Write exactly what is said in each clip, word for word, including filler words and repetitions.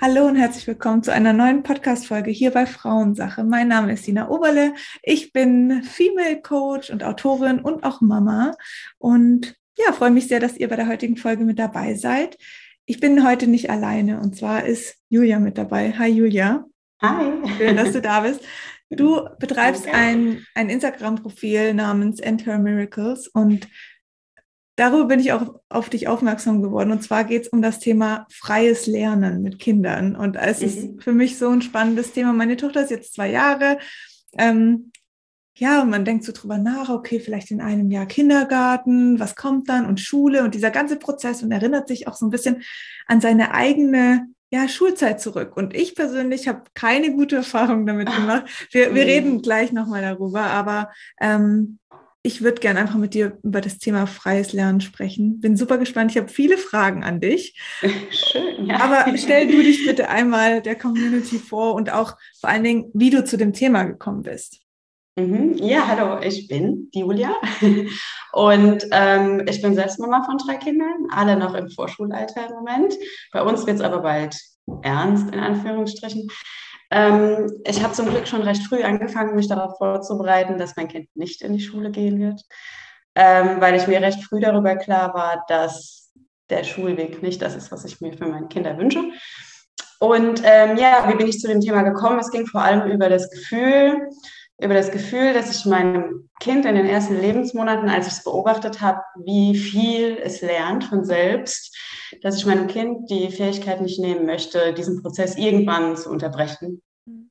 Hallo und herzlich willkommen zu einer neuen Podcast-Folge hier bei Frauensache. Mein Name ist Sina Oberle. Ich bin Female Coach und Autorin und auch Mama. Und ja, freue mich sehr, dass ihr bei der heutigen Folge mit dabei seid. Ich bin heute nicht alleine und zwar ist Julia mit dabei. Hi Julia. Schön, dass Hi. du da bist. Du betreibst Danke. ein, ein Instagram-Profil namens End Her Miracles und darüber bin ich auch auf dich aufmerksam geworden. Und zwar geht es um das Thema freies Lernen mit Kindern. Und es ist Mhm. für mich so ein spannendes Thema. Meine Tochter ist jetzt zwei Jahre. Ähm, ja, und man denkt so drüber nach, okay, vielleicht in einem Jahr Kindergarten, was kommt dann und Schule und dieser ganze Prozess und erinnert sich auch so ein bisschen an seine eigene ja, Schulzeit zurück. Und ich persönlich habe keine gute Erfahrung damit gemacht. Wir, wir reden Mhm. gleich nochmal darüber, aber ähm, ich würde gerne einfach mit dir über das Thema freies Lernen sprechen. Bin super gespannt. Ich habe viele Fragen an dich. Schön, ja. Aber stell du dich bitte einmal der Community vor und auch vor allen Dingen, wie du zu dem Thema gekommen bist. Mhm. Ja, hallo, ich bin die Julia und ähm, ich bin selbst Mama von drei Kindern, alle noch im Vorschulalter im Moment. Bei uns wird es aber bald ernst, in Anführungsstrichen. Ähm, ich habe zum Glück schon recht früh angefangen, mich darauf vorzubereiten, dass mein Kind nicht in die Schule gehen wird, ähm, weil ich mir recht früh darüber klar war, dass der Schulweg nicht das ist, was ich mir für meine Kinder wünsche. Und ähm, ja, wie bin ich zu dem Thema gekommen? Es ging vor allem über das Gefühl, über das Gefühl, dass ich meinem Kind in den ersten Lebensmonaten, als ich es beobachtet habe, wie viel es lernt von selbst, dass ich meinem Kind die Fähigkeit nicht nehmen möchte, diesen Prozess irgendwann zu unterbrechen.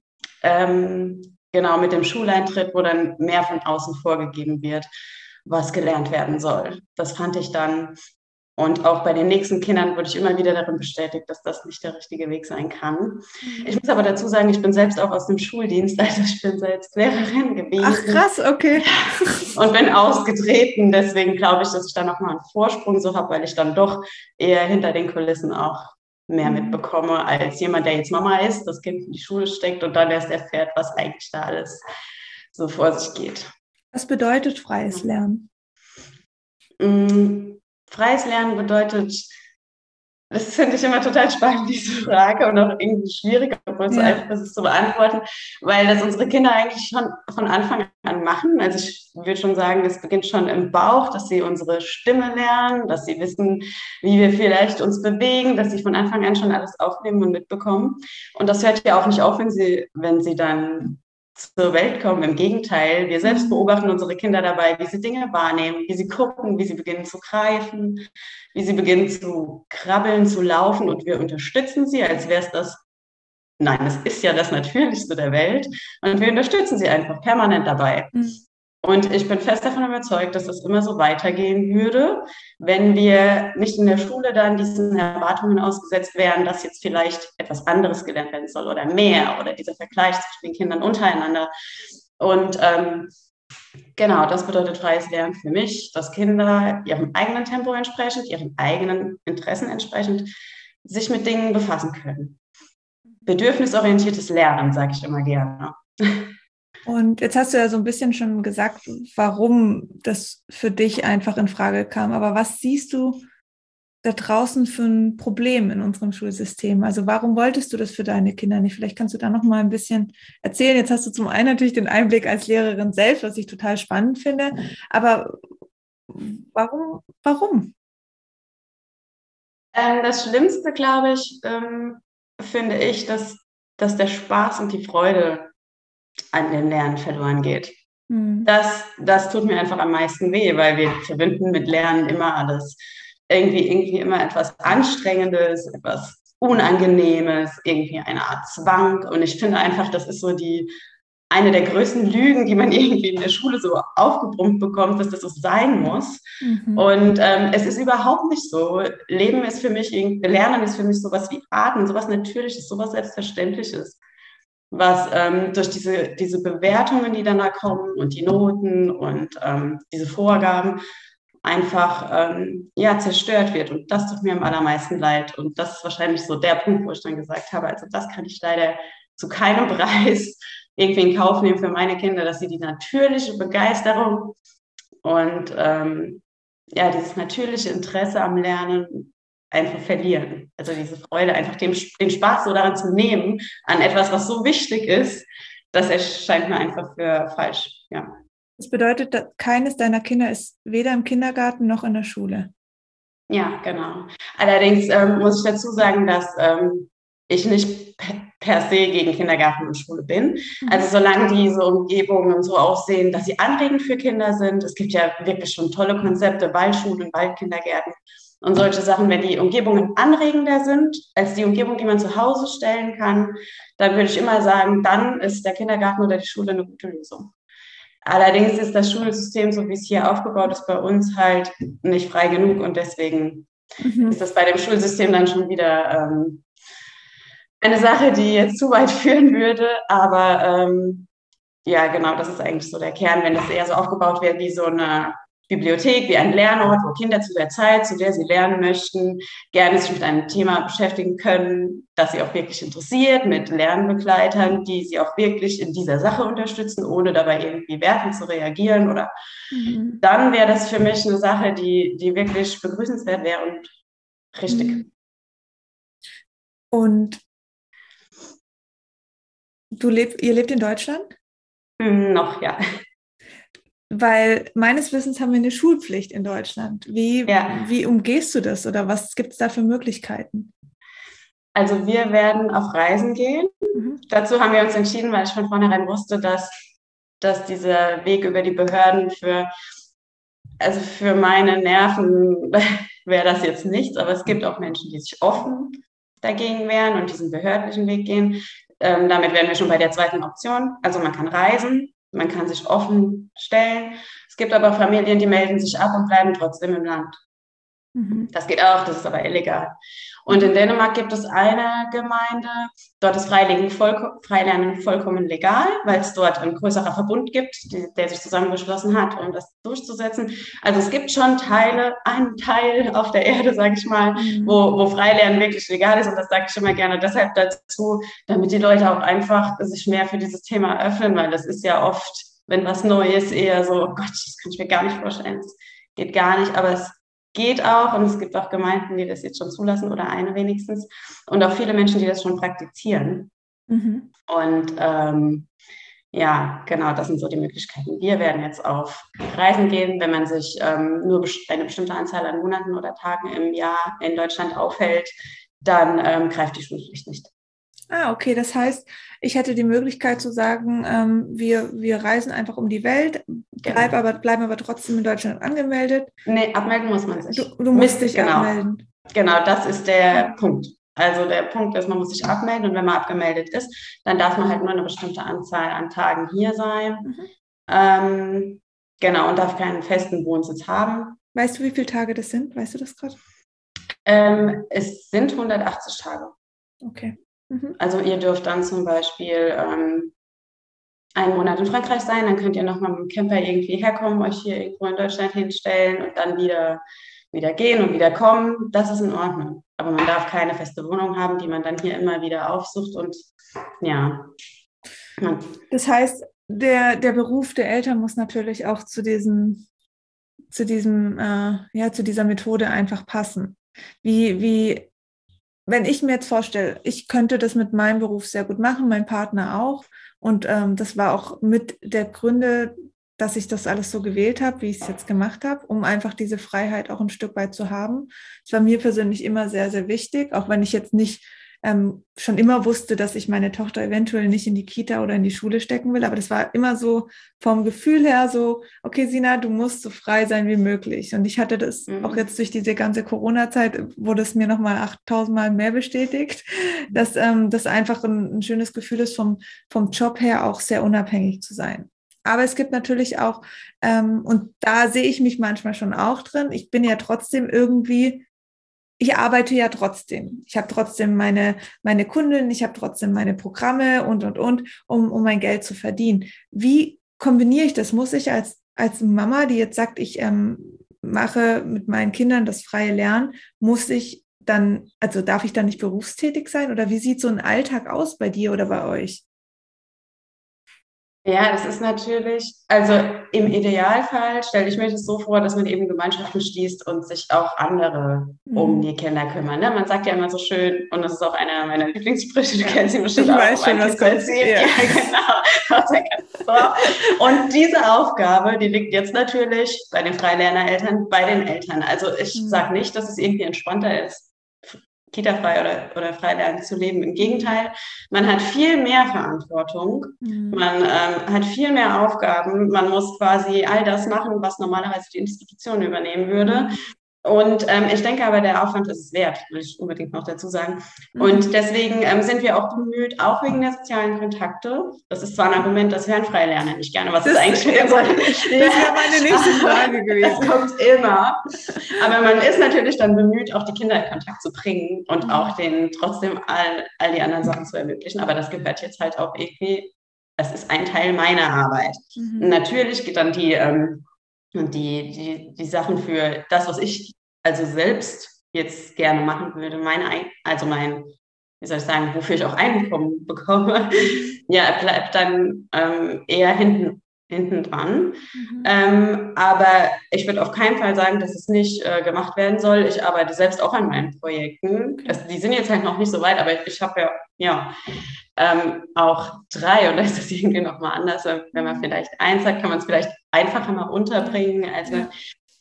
Ähm, genau, mit dem Schuleintritt, wo dann mehr von außen vorgegeben wird, was gelernt werden soll. Das fand ich dann und auch bei den nächsten Kindern wurde ich immer wieder darin bestätigt, dass das nicht der richtige Weg sein kann. Ich muss aber dazu sagen, ich bin selbst auch aus dem Schuldienst, also ich bin selbst Lehrerin Ach gewesen krass, okay. und bin ausgetreten. Deswegen glaube ich, dass ich da nochmal einen Vorsprung so habe, weil ich dann doch eher hinter den Kulissen auch mehr mitbekomme, als jemand, der jetzt Mama ist, das Kind in die Schule steckt und dann erst erfährt, was eigentlich da alles so vor sich geht. Was bedeutet freies Lernen? Mm, Freies Lernen bedeutet, das finde ich immer total spannend, diese Frage und auch irgendwie schwierig, obwohl es so Ja. einfach ist zu beantworten, weil das unsere Kinder eigentlich schon von Anfang an machen. Also ich würde schon sagen, es beginnt schon im Bauch, dass sie unsere Stimme lernen, dass sie wissen, wie wir vielleicht uns bewegen, dass sie von Anfang an schon alles aufnehmen und mitbekommen. Und das hört ja auch nicht auf, wenn sie, wenn sie dann zur Welt kommen. Im Gegenteil, wir selbst Mhm. beobachten unsere Kinder dabei, wie sie Dinge wahrnehmen, wie sie gucken, wie sie beginnen zu greifen, wie sie beginnen zu krabbeln, zu laufen und wir unterstützen sie, als wäre es das, nein, das ist ja das Natürlichste der Welt und wir unterstützen sie einfach permanent dabei. Mhm. Und ich bin fest davon überzeugt, dass das immer so weitergehen würde, wenn wir nicht in der Schule dann diesen Erwartungen ausgesetzt wären, dass jetzt vielleicht etwas anderes gelernt werden soll oder mehr oder dieser Vergleich zwischen den Kindern untereinander. Und ähm, genau, das bedeutet freies Lernen für mich, dass Kinder ihrem eigenen Tempo entsprechend, ihren eigenen Interessen entsprechend sich mit Dingen befassen können. Bedürfnisorientiertes Lernen, sage ich immer gerne. Und jetzt hast du ja so ein bisschen schon gesagt, warum das für dich einfach in Frage kam. Aber was siehst du da draußen für ein Problem in unserem Schulsystem? Also warum wolltest du das für deine Kinder nicht? Vielleicht kannst du da noch mal ein bisschen erzählen. Jetzt hast du zum einen natürlich den Einblick als Lehrerin selbst, was ich total spannend finde. Aber warum? Warum? Ähm, das Schlimmste, glaube ich, ähm, finde ich, dass, dass der Spaß und die Freude an dem Lernen verloren geht. Hm. Das, das tut mir einfach am meisten weh, weil wir verbinden mit Lernen immer alles. Irgendwie, irgendwie immer etwas Anstrengendes, etwas Unangenehmes, irgendwie eine Art Zwang. Und ich finde einfach, das ist so die, eine der größten Lügen, die man irgendwie in der Schule so aufgebrummt bekommt, dass das so sein muss. Mhm. Und ähm, es ist überhaupt nicht so. Leben ist für mich, Lernen ist für mich sowas wie Atmen, sowas Natürliches, sowas Selbstverständliches, was ähm, durch diese, diese Bewertungen, die dann da kommen und die Noten und ähm, diese Vorgaben einfach ähm, ja, zerstört wird. Und das tut mir am allermeisten leid. Und das ist wahrscheinlich so der Punkt, wo ich dann gesagt habe, also das kann ich leider zu keinem Preis irgendwie in Kauf nehmen für meine Kinder, dass sie die natürliche Begeisterung und ähm, ja, dieses natürliche Interesse am Lernen einfach verlieren. Also diese Freude, einfach dem, den Spaß so daran zu nehmen, an etwas, was so wichtig ist, das erscheint mir einfach für falsch, ja. Das bedeutet, dass keines deiner Kinder ist weder im Kindergarten noch in der Schule. Ja, genau. Allerdings ähm, muss ich dazu sagen, dass ähm, ich nicht per, per se gegen Kindergarten und Schule bin. Also solange diese Umgebungen so aussehen, dass sie anregend für Kinder sind. Es gibt ja wirklich schon tolle Konzepte, Waldschulen, Waldkindergärten und solche Sachen. Wenn die Umgebungen anregender sind als die Umgebung, die man zu Hause stellen kann, dann würde ich immer sagen, dann ist der Kindergarten oder die Schule eine gute Lösung. Allerdings ist das Schulsystem, so wie es hier aufgebaut ist, bei uns halt nicht frei genug und deswegen mhm. ist das bei dem Schulsystem dann schon wieder ähm, eine Sache, die jetzt zu weit führen würde. Aber ähm, ja, genau, das ist eigentlich so der Kern, wenn das eher so aufgebaut wäre wie so eine Bibliothek, wie ein Lernort, wo Kinder zu der Zeit, zu der sie lernen möchten, gerne sich mit einem Thema beschäftigen können, das sie auch wirklich interessiert, mit Lernbegleitern, die sie auch wirklich in dieser Sache unterstützen, ohne dabei irgendwie wertend zu reagieren. Oder mhm. dann wäre das für mich eine Sache, die, die wirklich begrüßenswert wäre und richtig. Mhm. Und du lebt, ihr lebt in Deutschland? Mhm, noch, ja. Weil meines Wissens haben wir eine Schulpflicht in Deutschland. Wie, ja. wie umgehst du das oder was gibt es da für Möglichkeiten? Also wir werden auf Reisen gehen. Mhm. Dazu haben wir uns entschieden, weil ich von vornherein wusste, dass, dass dieser Weg über die Behörden für, also für meine Nerven wäre das jetzt nichts, aber es gibt auch Menschen, die sich offen dagegen wehren und diesen behördlichen Weg gehen. Ähm, damit wären wir schon bei der zweiten Option. Also man kann reisen. Man kann sich offen stellen. Es gibt aber Familien, die melden sich ab und bleiben trotzdem im Land. Mhm. Das geht auch, das ist aber illegal. Und in Dänemark gibt es eine Gemeinde, dort ist Freilernen vollkommen legal, weil es dort ein größerer Verbund gibt, die, der sich zusammengeschlossen hat, um das durchzusetzen. Also es gibt schon Teile, einen Teil auf der Erde, sage ich mal, mhm. wo, wo Freilernen wirklich legal ist. Und das sage ich immer gerne deshalb dazu, damit die Leute auch einfach sich mehr für dieses Thema öffnen, weil das ist ja oft, wenn was Neues, eher so, oh Gott, das kann ich mir gar nicht vorstellen, das geht gar nicht, aber es geht auch und es gibt auch Gemeinden, die das jetzt schon zulassen oder eine wenigstens und auch viele Menschen, die das schon praktizieren. Mhm. Und ähm, ja, genau, das sind so die Möglichkeiten. Wir werden jetzt auf Reisen gehen, wenn man sich ähm, nur eine bestimmte Anzahl an Monaten oder Tagen im Jahr in Deutschland aufhält, dann ähm, greift die Schulpflicht nicht. Ah, okay. Das heißt, ich hätte die Möglichkeit zu sagen, ähm, wir, wir reisen einfach um die Welt, bleib aber, bleiben aber trotzdem in Deutschland angemeldet. Nee, abmelden muss man sich. Du, du musst dich genau. abmelden. Genau, das ist der ja. Punkt. Also der Punkt ist, man muss sich abmelden und wenn man abgemeldet ist, dann darf man halt nur eine bestimmte Anzahl an Tagen hier sein. Mhm. Ähm, genau, und darf keinen festen Wohnsitz haben. Weißt du, wie viele Tage das sind? Weißt du das gerade? Ähm, es sind hundertachtzig Tage. Okay. Mhm. Also ihr dürft dann zum Beispiel ähm, einen Monat in Frankreich sein, dann könnt ihr nochmal mit dem Camper irgendwie herkommen, euch hier irgendwo in Deutschland hinstellen und dann wieder, wieder gehen und wieder kommen. Das ist in Ordnung. Aber man darf keine feste Wohnung haben, die man dann hier immer wieder aufsucht und ja. Das heißt, der, der Beruf der Eltern muss natürlich auch zu diesem, zu diesem, äh, ja, zu dieser Methode einfach passen. Wie, wie, wenn ich mir jetzt vorstelle, ich könnte das mit meinem Beruf sehr gut machen, mein Partner auch. Und ähm, das war auch mit der Gründe, dass ich das alles so gewählt habe, wie ich es jetzt gemacht habe, um einfach diese Freiheit auch ein Stück weit zu haben. Es war mir persönlich immer sehr, sehr wichtig, auch wenn ich jetzt nicht ähm, schon immer wusste, dass ich meine Tochter eventuell nicht in die Kita oder in die Schule stecken will. Aber das war immer so vom Gefühl her so, okay, Sina, du musst so frei sein wie möglich. Und ich hatte das mhm. auch jetzt durch diese ganze Corona-Zeit, wurde es mir nochmal achttausend Mal mehr bestätigt, dass ähm, das einfach ein, ein schönes Gefühl ist, vom, vom Job her auch sehr unabhängig zu sein. Aber es gibt natürlich auch, ähm, und da sehe ich mich manchmal schon auch drin, ich bin ja trotzdem irgendwie, ich arbeite ja trotzdem. Ich habe trotzdem meine, meine Kunden, ich habe trotzdem meine Programme und, und, und, um, um mein Geld zu verdienen. Wie kombiniere ich das? Muss ich als, als Mama, die jetzt sagt, ich ähm, mache mit meinen Kindern das freie Lernen, muss ich dann, also darf ich dann nicht berufstätig sein? Oder wie sieht so ein Alltag aus bei dir oder bei euch? Ja, das ist natürlich, also im Idealfall stelle ich mir das so vor, dass man eben Gemeinschaften schließt und sich auch andere um Mhm. die Kinder kümmern. Ne? Man sagt ja immer so schön, und das ist auch einer meiner Lieblingssprüche, du kennst ihn bestimmt Ich auch, weiß um schon, ein was Kind zu kommt. erziehen. Ja. Ja, genau. So. Und diese Aufgabe, die liegt jetzt natürlich bei den Freilernereltern, bei den Eltern. Also ich Mhm. sage nicht, dass es irgendwie entspannter ist, Kita-frei oder, oder Freilernen zu leben. Im Gegenteil, man hat viel mehr Verantwortung, Mhm. man ähm, hat viel mehr Aufgaben, man muss quasi all das machen, was normalerweise die Institution übernehmen würde. Mhm. Und ähm, ich denke aber, der Aufwand ist es wert, will ich unbedingt noch dazu sagen. Mhm. Und deswegen ähm, sind wir auch bemüht, auch wegen der sozialen Kontakte. Das ist zwar ein Argument, das hören Freilerner nicht gerne, was Das, es eigentlich mit ja, dem soll. das wäre meine nächste Frage Das gewesen. kommt immer. Aber man ist natürlich dann bemüht, auch die Kinder in Kontakt zu bringen und Mhm. auch denen trotzdem all, all die anderen Sachen zu ermöglichen. Aber das gehört jetzt halt auch irgendwie, das ist ein Teil meiner Arbeit. Mhm. Natürlich geht dann die, ähm, die, die, die Sachen für das, was ich also selbst jetzt gerne machen würde, mein, also mein, wie soll ich sagen, wofür ich auch Einkommen bekomme, Mhm. ja, bleibt dann ähm, eher hinten, hinten dran. Mhm. Ähm, aber ich würde auf keinen Fall sagen, dass es nicht äh, gemacht werden soll. Ich arbeite selbst auch an meinen Projekten. Okay. Das, die sind jetzt halt noch nicht so weit, aber ich, ich habe ja, ja ähm, auch drei und da ist es irgendwie nochmal anders. Wenn man vielleicht eins hat, kann man es vielleicht einfacher mal unterbringen. Also, Ja.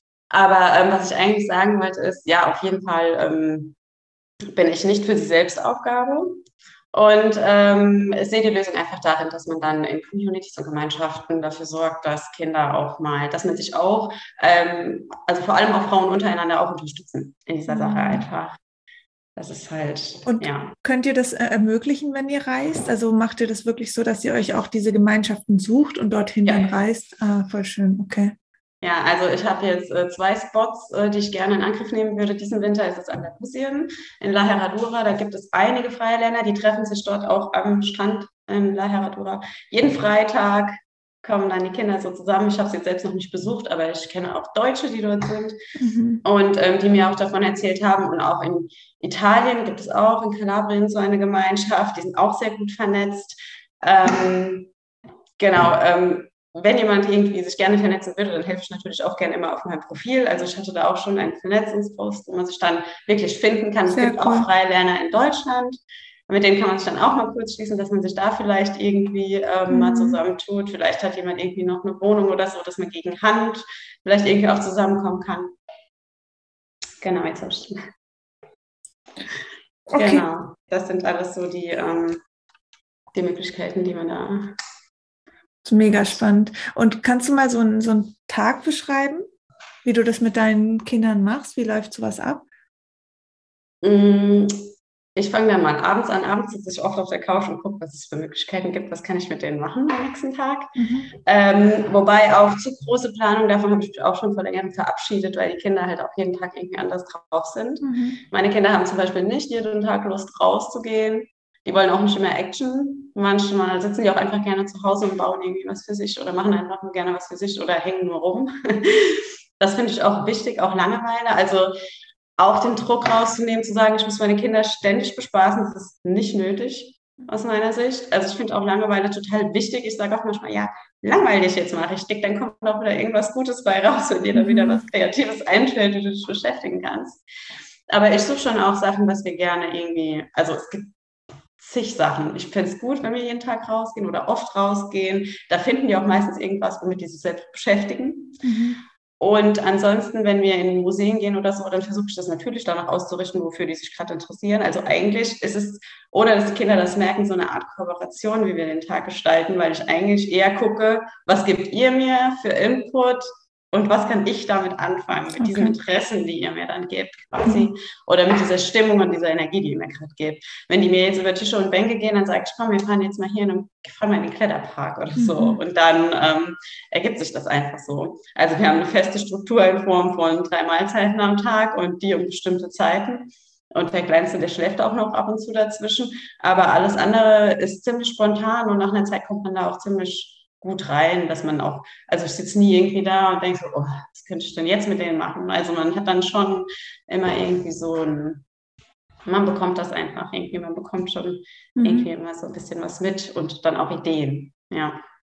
aber ähm, was ich eigentlich sagen wollte, ist, ja, auf jeden Fall ähm, bin ich nicht für die Selbstaufgabe. Und ähm, ich sehe die Lösung einfach darin, dass man dann in Communities und Gemeinschaften dafür sorgt, dass Kinder auch mal, dass man sich auch, ähm, also vor allem auch Frauen untereinander auch unterstützen in dieser Sache Mhm. einfach. Das ist halt, Und ja. könnt ihr das äh, ermöglichen, wenn ihr reist? Also macht ihr das wirklich so, dass ihr euch auch diese Gemeinschaften sucht und dorthin Ja. dann reist? Ah, voll schön, okay. Ja, also ich habe jetzt äh, zwei Spots, äh, die ich gerne in Angriff nehmen würde. Diesen Winter ist es Andalusien in La Herradura. Da gibt es einige Freiländer, die treffen sich dort auch am Strand in La Herradura. Jeden Freitag kommen dann die Kinder so zusammen. Ich habe es jetzt selbst noch nicht besucht, aber ich kenne auch Deutsche, die dort sind Mhm. und ähm, die mir auch davon erzählt haben. Und auch in Italien gibt es auch, in Kalabrien so eine Gemeinschaft. Die sind auch sehr gut vernetzt. Ähm, genau, ähm, wenn jemand irgendwie sich gerne vernetzen würde, dann helfe ich natürlich auch gerne immer auf meinem Profil. Also ich hatte da auch schon einen Vernetzungspost, wo man sich dann wirklich finden kann. Sehr Es gibt cool. auch Freilerner in Deutschland. Mit denen kann man sich dann auch mal kurz schließen, dass man sich da vielleicht irgendwie ähm, Mhm. mal zusammentut. Vielleicht hat jemand irgendwie noch eine Wohnung oder so, dass man gegen Hand vielleicht irgendwie auch zusammenkommen kann. Genau, jetzt habe ich. Okay. Genau, das sind alles so die, ähm, die Möglichkeiten, die man da. Mega spannend. Und kannst du mal so einen, so einen Tag beschreiben, wie du das mit deinen Kindern machst? Wie läuft sowas ab? Ich fange dann mal abends an. Abends sitze ich oft auf der Couch und gucke, was es für Möglichkeiten gibt. Was kann ich mit denen machen am nächsten Tag? Mhm. Ähm, wobei auch zu große Planung, davon habe ich mich auch schon vor längerem verabschiedet, weil die Kinder halt auch jeden Tag irgendwie anders drauf sind. Mhm. Meine Kinder haben zum Beispiel nicht jeden Tag Lust rauszugehen. Die wollen auch nicht immer Action. Manchmal sitzen die auch einfach gerne zu Hause und bauen irgendwie was für sich oder machen einfach nur gerne was für sich oder hängen nur rum. Das finde ich auch wichtig, auch Langeweile. Also auch den Druck rauszunehmen, zu sagen, ich muss meine Kinder ständig bespaßen, das ist nicht nötig aus meiner Sicht. Also ich finde auch Langeweile total wichtig. Ich sage auch manchmal, ja, langweil dich jetzt mal richtig, dann kommt auch wieder irgendwas Gutes bei raus, wenn dir dann wieder was Kreatives einfällt, wie du dich beschäftigen kannst. Aber ich suche schon auch Sachen, was wir gerne irgendwie, also es gibt zig Sachen. Ich finde es gut, wenn wir jeden Tag rausgehen oder oft rausgehen. Da finden die auch meistens irgendwas, womit die sich selbst beschäftigen. Mhm. Und ansonsten, wenn wir in Museen gehen oder so, dann versuche ich das natürlich danach auszurichten, wofür die sich gerade interessieren. Also eigentlich ist es, ohne dass die Kinder das merken, so eine Art Kooperation, wie wir den Tag gestalten, weil ich eigentlich eher gucke, was gebt ihr mir für Input und was kann ich damit anfangen, mit diesen Okay. Interessen, die ihr mir dann gebt quasi, oder mit dieser Stimmung und dieser Energie, die ihr mir gerade gebt. Wenn die mir jetzt über Tische und Bänke gehen, dann sage ich, komm, wir fahren jetzt mal hier in einem, fahren mal in den Kletterpark oder so. Mhm. Und dann ähm, ergibt sich das einfach so. Also wir haben eine feste Struktur in Form von drei Mahlzeiten am Tag und die um bestimmte Zeiten. Und der Kleinste, der schläft auch noch ab und zu dazwischen. Aber alles andere ist ziemlich spontan und nach einer Zeit kommt man da auch ziemlich gut rein, dass man auch, also ich sitze nie irgendwie da und denke so, oh, was könnte ich denn jetzt mit denen machen? Also man hat dann schon immer irgendwie so ein, man bekommt das einfach irgendwie, man bekommt schon Mhm. irgendwie immer so ein bisschen was mit und dann auch Ideen, ja.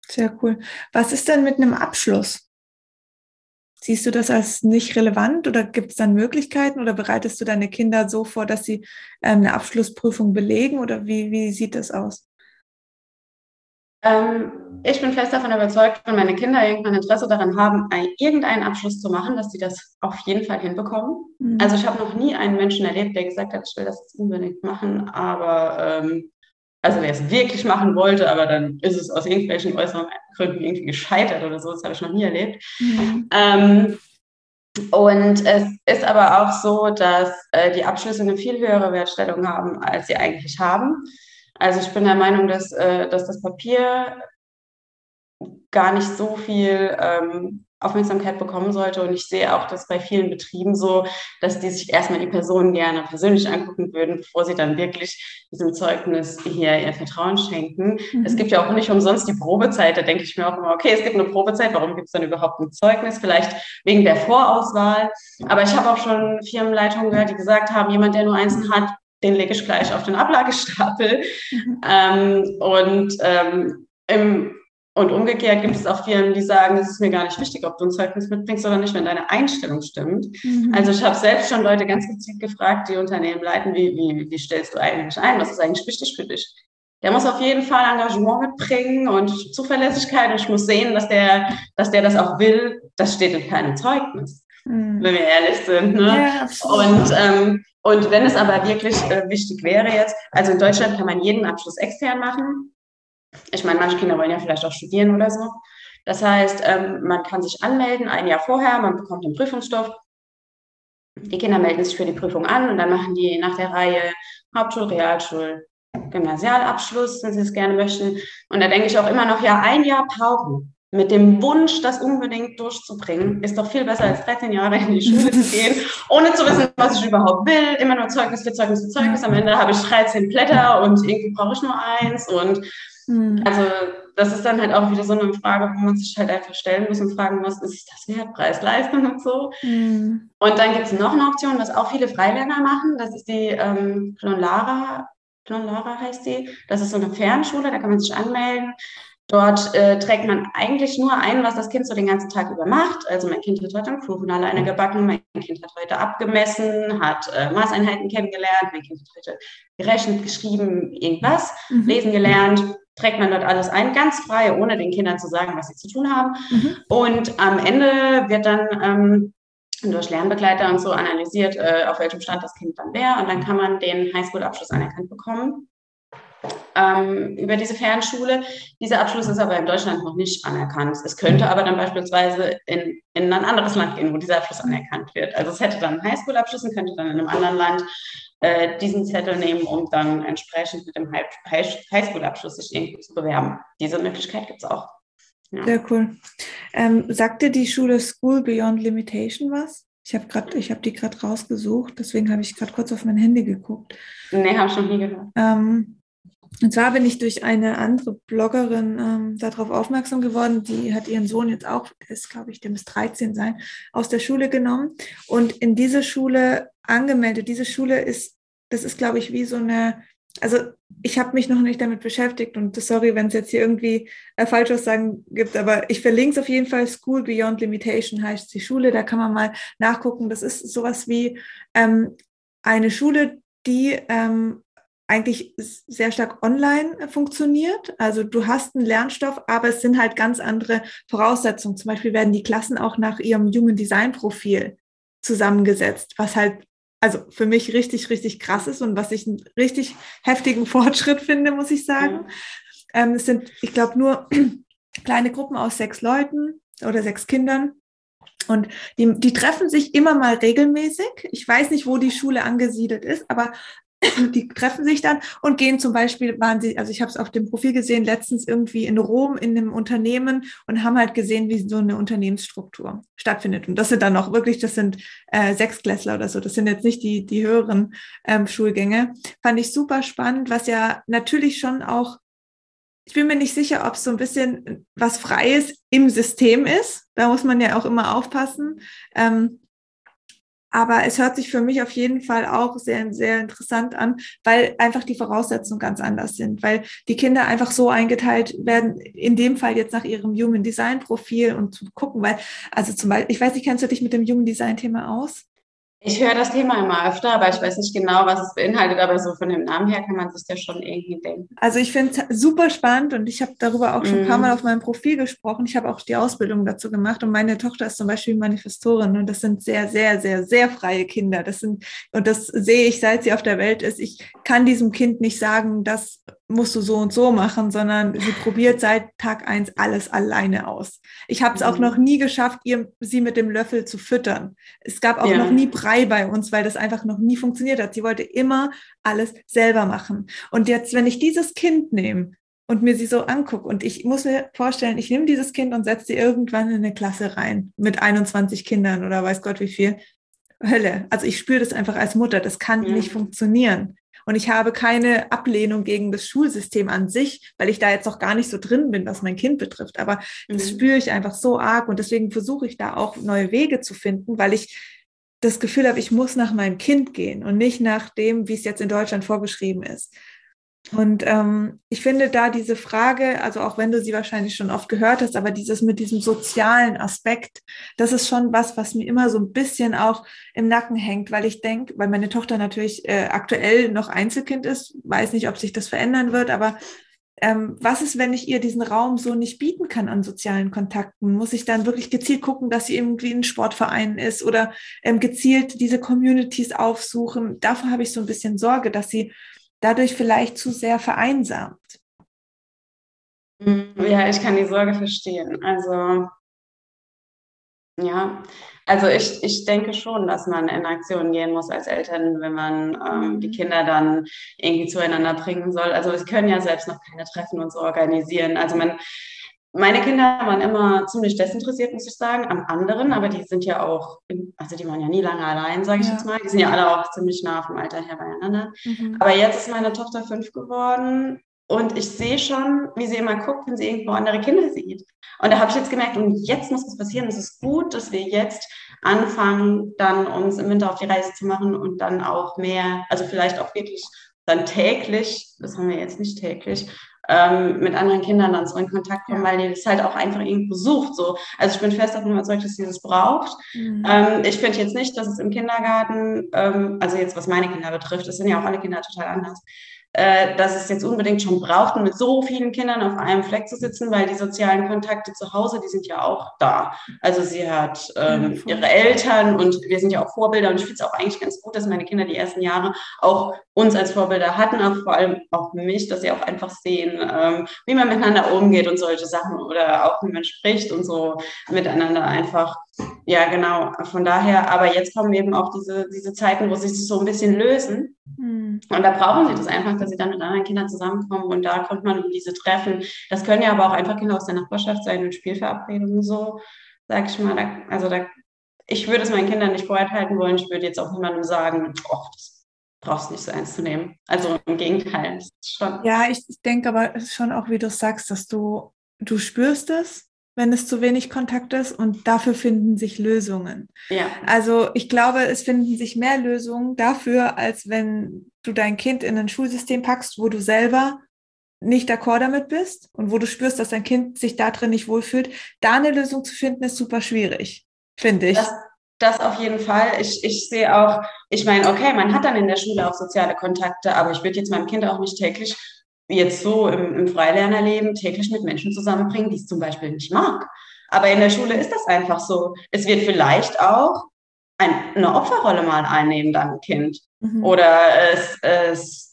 Sehr cool. Was ist denn mit einem Abschluss? Siehst du das als nicht relevant oder gibt es dann Möglichkeiten oder bereitest du deine Kinder so vor, dass sie ähm, eine Abschlussprüfung belegen oder wie, wie sieht das aus? Ähm, ich bin fest davon überzeugt, wenn meine Kinder irgendwann Interesse daran haben, ein, irgendeinen Abschluss zu machen, dass sie das auf jeden Fall hinbekommen. Also Mhm. ich habe noch nie einen Menschen erlebt, der gesagt hat, ich will das jetzt unbedingt machen, aber ähm, also der es wirklich machen wollte, aber dann ist es aus irgendwelchen äußeren Gründen irgendwie gescheitert oder so. Das habe ich noch nie erlebt. Mhm. Ähm, und es ist aber auch so, dass äh, die Abschlüsse eine viel höhere Wertstellung haben, als sie eigentlich haben. Also ich bin der Meinung, dass, äh, dass das Papier gar nicht so viel ähm, Aufmerksamkeit bekommen sollte. Und ich sehe auch das bei vielen Betrieben so, dass die sich erstmal die Personen gerne persönlich angucken würden, bevor sie dann wirklich diesem Zeugnis hier ihr Vertrauen schenken. Es gibt Mhm. ja auch nicht umsonst die Probezeit. Da denke ich mir auch immer, okay, es gibt eine Probezeit, warum gibt es dann überhaupt ein Zeugnis? Vielleicht wegen der Vorauswahl. Aber ich habe auch schon Firmenleitungen gehört, die gesagt haben, jemand, der nur Einsen hat, den lege ich gleich auf den Ablagestapel. Mhm. Ähm, und ähm, im und umgekehrt gibt es auch Firmen, die sagen, es ist mir gar nicht wichtig, ob du ein Zeugnis mitbringst oder nicht, wenn deine Einstellung stimmt. Also Mhm. ich habe selbst schon Leute ganz gezielt gefragt, die Unternehmen leiten, wie, wie, wie stellst du eigentlich ein? Was ist eigentlich wichtig für dich? Der muss auf jeden Fall Engagement mitbringen und Zuverlässigkeit. Und ich muss sehen, dass der, dass der das auch will. Das steht in keinem Zeugnis, Mhm. wenn wir ehrlich sind. Ne? Ja, absolut. Und, ähm, und wenn es aber wirklich äh, wichtig wäre jetzt, also in Deutschland kann man jeden Abschluss extern machen. Ich meine, manche Kinder wollen ja vielleicht auch studieren oder so. Das heißt, ähm, man kann sich anmelden ein Jahr vorher, man bekommt den Prüfungsstoff. Die Kinder melden sich für die Prüfung an und dann machen die nach der Reihe Hauptschul-, Realschul-, Gymnasialabschluss, wenn sie es gerne möchten. Und da denke ich auch immer noch, ja, ein Jahr pauken mit dem Wunsch, das unbedingt durchzubringen, ist doch viel besser als dreizehn Jahre in die Schule zu gehen, ohne zu wissen, was ich überhaupt will. Immer nur Zeugnis für Zeugnis für Zeugnis. Ja. Am Ende habe ich dreizehn Blätter und irgendwie brauche ich nur eins. Und Mhm. also das ist dann halt auch wieder so eine Frage, wo man sich halt einfach stellen muss und fragen muss, ist das wert, Preis-Leistung und so. Mhm. Und dann gibt es noch eine Option, was auch viele Freilerner machen. Das ist die ähm, Plonlara, Plonlara heißt die. Das ist so eine Fernschule, da kann man sich anmelden. Dort äh, trägt man eigentlich nur ein, was das Kind so den ganzen Tag über macht. Also mein Kind hat heute einen Kuchen alleine gebacken, mein Kind hat heute abgemessen, hat äh, Maßeinheiten kennengelernt, mein Kind hat heute gerechnet, geschrieben, irgendwas, Mhm. lesen gelernt. Trägt man dort alles ein, ganz frei, ohne den Kindern zu sagen, was sie zu tun haben. Mhm. Und am Ende wird dann ähm, durch Lernbegleiter und so analysiert, äh, auf welchem Stand das Kind dann wäre. Und dann kann man den Highschool-Abschluss anerkannt bekommen ähm, über diese Fernschule. Dieser Abschluss ist aber in Deutschland noch nicht anerkannt. Es könnte aber dann beispielsweise in, in ein anderes Land gehen, wo dieser Abschluss anerkannt wird. Also es hätte dann einen Highschool-Abschluss und könnte dann in einem anderen Land äh, diesen Zettel nehmen, um dann entsprechend mit dem Highschool-Abschluss sich irgendwie zu bewerben. Diese Möglichkeit gibt es auch. Ja. Sehr cool. Ähm, sagt dir die Schule School Beyond Limitation was? Ich habe gerade, ich habe die gerade rausgesucht, deswegen habe ich gerade kurz auf mein Handy geguckt. Nee, habe ich noch nie gehört. Ähm, und zwar bin ich durch eine andere Bloggerin ähm, darauf aufmerksam geworden, die hat ihren Sohn jetzt auch, der ist, glaube ich, der muss dreizehn sein, aus der Schule genommen und in diese Schule angemeldet. Diese Schule ist, das ist, glaube ich, wie so eine, also ich habe mich noch nicht damit beschäftigt und sorry, wenn es jetzt hier irgendwie äh, Falschaussagen gibt, aber ich verlinke es auf jeden Fall. School Beyond Limitation heißt die Schule, da kann man mal nachgucken. Das ist sowas wie ähm, eine Schule, die ähm, eigentlich sehr stark online funktioniert. Also du hast einen Lernstoff, aber es sind halt ganz andere Voraussetzungen. Zum Beispiel werden die Klassen auch nach ihrem Human Design Profil zusammengesetzt, was halt also für mich richtig, richtig krass ist und was ich einen richtig heftigen Fortschritt finde, muss ich sagen. Ja. Ähm, es sind, ich glaube, nur kleine Gruppen aus sechs Leuten oder sechs Kindern. Und die, die treffen sich immer mal regelmäßig. Ich weiß nicht, wo die Schule angesiedelt ist, aber die treffen sich dann und gehen zum Beispiel, waren sie, also ich habe es auf dem Profil gesehen, letztens irgendwie in Rom in einem Unternehmen und haben halt gesehen, wie so eine Unternehmensstruktur stattfindet. Und das sind dann auch wirklich, das sind äh, Sechsklässler oder so, das sind jetzt nicht die, die höheren ähm, Schulgänge. Fand ich super spannend, was ja natürlich schon auch, ich bin mir nicht sicher, ob es so ein bisschen was Freies im System ist. Da muss man ja auch immer aufpassen. Ähm, Aber es hört sich für mich auf jeden Fall auch sehr, sehr interessant an, weil einfach die Voraussetzungen ganz anders sind, weil die Kinder einfach so eingeteilt werden, in dem Fall jetzt nach ihrem Human Design Profil und zu gucken, weil, also zum Beispiel, ich weiß nicht, kennst du dich mit dem Human Design Thema aus? Ich höre das Thema immer öfter, aber ich weiß nicht genau, was es beinhaltet, aber so von dem Namen her kann man sich ja schon irgendwie denken. Also ich finde es super spannend und ich habe darüber auch schon ein paar Mal auf Mm. meinem Profil gesprochen. Ich habe auch die Ausbildung dazu gemacht und meine Tochter ist zum Beispiel Manifestorin und das sind sehr, sehr, sehr, sehr freie Kinder. Das sind, und das sehe ich, seit sie auf der Welt ist. Ich kann diesem Kind nicht sagen, das musst du so und so machen, sondern sie probiert seit Tag eins alles alleine aus. Ich habe es auch noch Mm. nie geschafft, ihr, sie mit dem Löffel zu füttern. Es gab auch Ja. noch nie Brei bei uns, weil das einfach noch nie funktioniert hat. Sie wollte immer alles selber machen. Und jetzt, wenn ich dieses Kind nehme und mir sie so angucke und ich muss mir vorstellen, ich nehme dieses Kind und setze sie irgendwann in eine Klasse rein mit einundzwanzig Kindern oder weiß Gott wie viel. Hölle. Also ich spüre das einfach als Mutter. Das kann Ja. nicht funktionieren. Und ich habe keine Ablehnung gegen das Schulsystem an sich, weil ich da jetzt noch gar nicht so drin bin, was mein Kind betrifft. Aber das Mhm. spüre ich einfach so arg und deswegen versuche ich da auch neue Wege zu finden, weil ich das Gefühl habe, ich muss nach meinem Kind gehen und nicht nach dem, wie es jetzt in Deutschland vorgeschrieben ist. Und ähm, ich finde da diese Frage, also auch wenn du sie wahrscheinlich schon oft gehört hast, aber dieses mit diesem sozialen Aspekt, das ist schon was, was mir immer so ein bisschen auch im Nacken hängt, weil ich denke, weil meine Tochter natürlich äh, aktuell noch Einzelkind ist, weiß nicht, ob sich das verändern wird, aber ähm, was ist, wenn ich ihr diesen Raum so nicht bieten kann an sozialen Kontakten? Muss ich dann wirklich gezielt gucken, dass sie irgendwie in Sportvereinen ist oder ähm, gezielt diese Communities aufsuchen? Davor habe ich so ein bisschen Sorge, dass sie dadurch vielleicht zu sehr vereinsamt. Ja, ich kann die Sorge verstehen. Also, ja, also ich, ich denke schon, dass man in Aktion gehen muss als Eltern, wenn man ähm, die Mhm. Kinder dann irgendwie zueinander bringen soll. Also wir können ja selbst noch keine Treffen und so organisieren. Also man, meine Kinder waren immer ziemlich desinteressiert, muss ich sagen, am anderen, aber die sind ja auch, also die waren ja nie lange allein, sage ich jetzt Ja. mal. Die sind ja alle auch ziemlich nah vom Alter her beieinander. Mhm. Aber jetzt ist meine Tochter fünf geworden und ich sehe schon, wie sie immer guckt, wenn sie irgendwo andere Kinder sieht. Und da habe ich jetzt gemerkt, und jetzt muss was passieren. Es ist gut, dass wir jetzt anfangen, dann uns im Winter auf die Reise zu machen und dann auch mehr, also vielleicht auch wirklich dann täglich, das haben wir jetzt nicht täglich, ähm, mit anderen Kindern dann so in Kontakt kommen, Ja. weil die das halt auch einfach irgendwo sucht. So. Also ich bin fest davon überzeugt, dass sie das braucht. Mhm. Ähm, ich finde jetzt nicht, dass es im Kindergarten, ähm, also jetzt was meine Kinder betrifft, es sind ja auch alle Kinder total anders, äh, dass es jetzt unbedingt schon braucht, mit so vielen Kindern auf einem Fleck zu sitzen, weil die sozialen Kontakte zu Hause, die sind ja auch da. Also sie hat ähm, Ja, ihre Eltern und wir sind ja auch Vorbilder und ich finde es auch eigentlich ganz gut, dass meine Kinder die ersten Jahre auch uns als Vorbilder hatten, auch vor allem auch mich, dass sie auch einfach sehen, ähm, wie man miteinander umgeht und solche Sachen oder auch wie man spricht und so miteinander einfach. Ja, genau. Von daher, aber jetzt kommen eben auch diese, diese Zeiten, wo sich das so ein bisschen lösen. Mhm. Und da brauchen sie das einfach, dass sie dann mit anderen Kindern zusammenkommen und da kommt man um diese Treffen. Das können ja aber auch einfach Kinder aus der Nachbarschaft sein und Spielverabredungen so, sag ich mal. Da, also da, ich würde es meinen Kindern nicht vorenthalten wollen. Ich würde jetzt auch niemandem sagen, oh, das brauchst du nicht so ernst zu nehmen. Also im Gegenteil, das ist schon. Ja, ich denke aber schon auch, wie du sagst, dass du, du spürst es, wenn es zu wenig Kontakt ist und dafür finden sich Lösungen. Ja. Also ich glaube, es finden sich mehr Lösungen dafür, als wenn du dein Kind in ein Schulsystem packst, wo du selber nicht d'accord damit bist und wo du spürst, dass dein Kind sich da drin nicht wohlfühlt. Da eine Lösung zu finden, ist super schwierig, finde ich. Das, das auf jeden Fall. Ich, ich sehe auch, ich meine, okay, man hat dann in der Schule auch soziale Kontakte, aber ich würde jetzt meinem Kind auch nicht täglich, jetzt so im, im Freilernerleben, täglich mit Menschen zusammenbringen, die es zum Beispiel nicht mag. Aber in der Schule ist das einfach so. Es wird vielleicht auch ein, eine Opferrolle mal einnehmen, dann ein Kind. Mhm. Oder es, es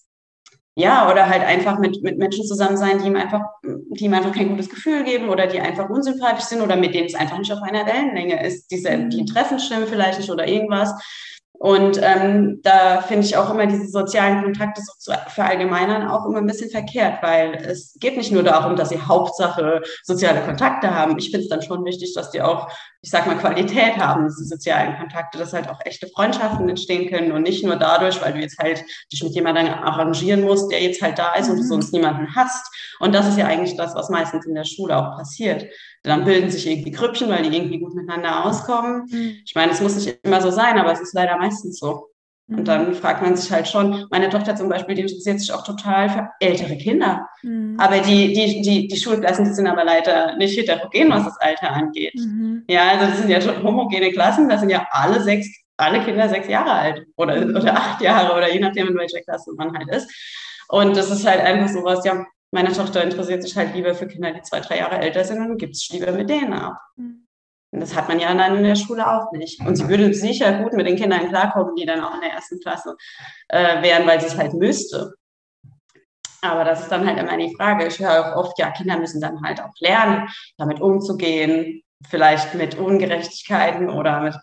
ja, oder halt einfach mit, mit Menschen zusammen sein, die ihm einfach, die ihm einfach kein gutes Gefühl geben oder die einfach unsympathisch sind oder mit denen es einfach nicht auf einer Wellenlänge ist. Diese, die Interessen stimmen vielleicht nicht oder irgendwas. Und ähm, da finde ich auch immer diese sozialen Kontakte so zu verallgemeinern auch immer ein bisschen verkehrt, weil es geht nicht nur darum, dass sie Hauptsache soziale Kontakte haben. Ich finde es dann schon wichtig, dass die auch, ich sag mal, Qualität haben, diese sozialen Kontakte, dass halt auch echte Freundschaften entstehen können und nicht nur dadurch, weil du jetzt halt dich mit jemandem arrangieren musst, der jetzt halt da ist und du sonst niemanden hast. Und das ist ja eigentlich das, was meistens in der Schule auch passiert. Dann bilden sich irgendwie Grüppchen, weil die irgendwie gut miteinander auskommen. Mhm. Ich meine, es muss nicht immer so sein, aber es ist leider meistens so. Mhm. Und dann fragt man sich halt schon, meine Tochter zum Beispiel, die interessiert sich auch total für ältere Kinder. Mhm. Aber die, die, die, die Schulklassen, die sind aber leider nicht heterogen, was das Alter angeht. Mhm. Ja, also das sind ja schon homogene Klassen, da sind ja alle sechs, alle Kinder sechs Jahre alt oder, mhm. oder acht Jahre oder je nachdem, in welcher Klasse man halt ist. Und das ist halt einfach sowas, ja, meine Tochter interessiert sich halt lieber für Kinder, die zwei, drei Jahre älter sind und gibt es lieber mit denen ab. Mhm. Und das hat man ja dann in der Schule auch nicht. Und sie würde sicher gut mit den Kindern klarkommen, die dann auch in der ersten Klasse äh, wären, weil sie es halt müsste. Aber das ist dann halt immer die Frage. Ich höre auch oft, ja, Kinder müssen dann halt auch lernen, damit umzugehen, vielleicht mit Ungerechtigkeiten oder mit,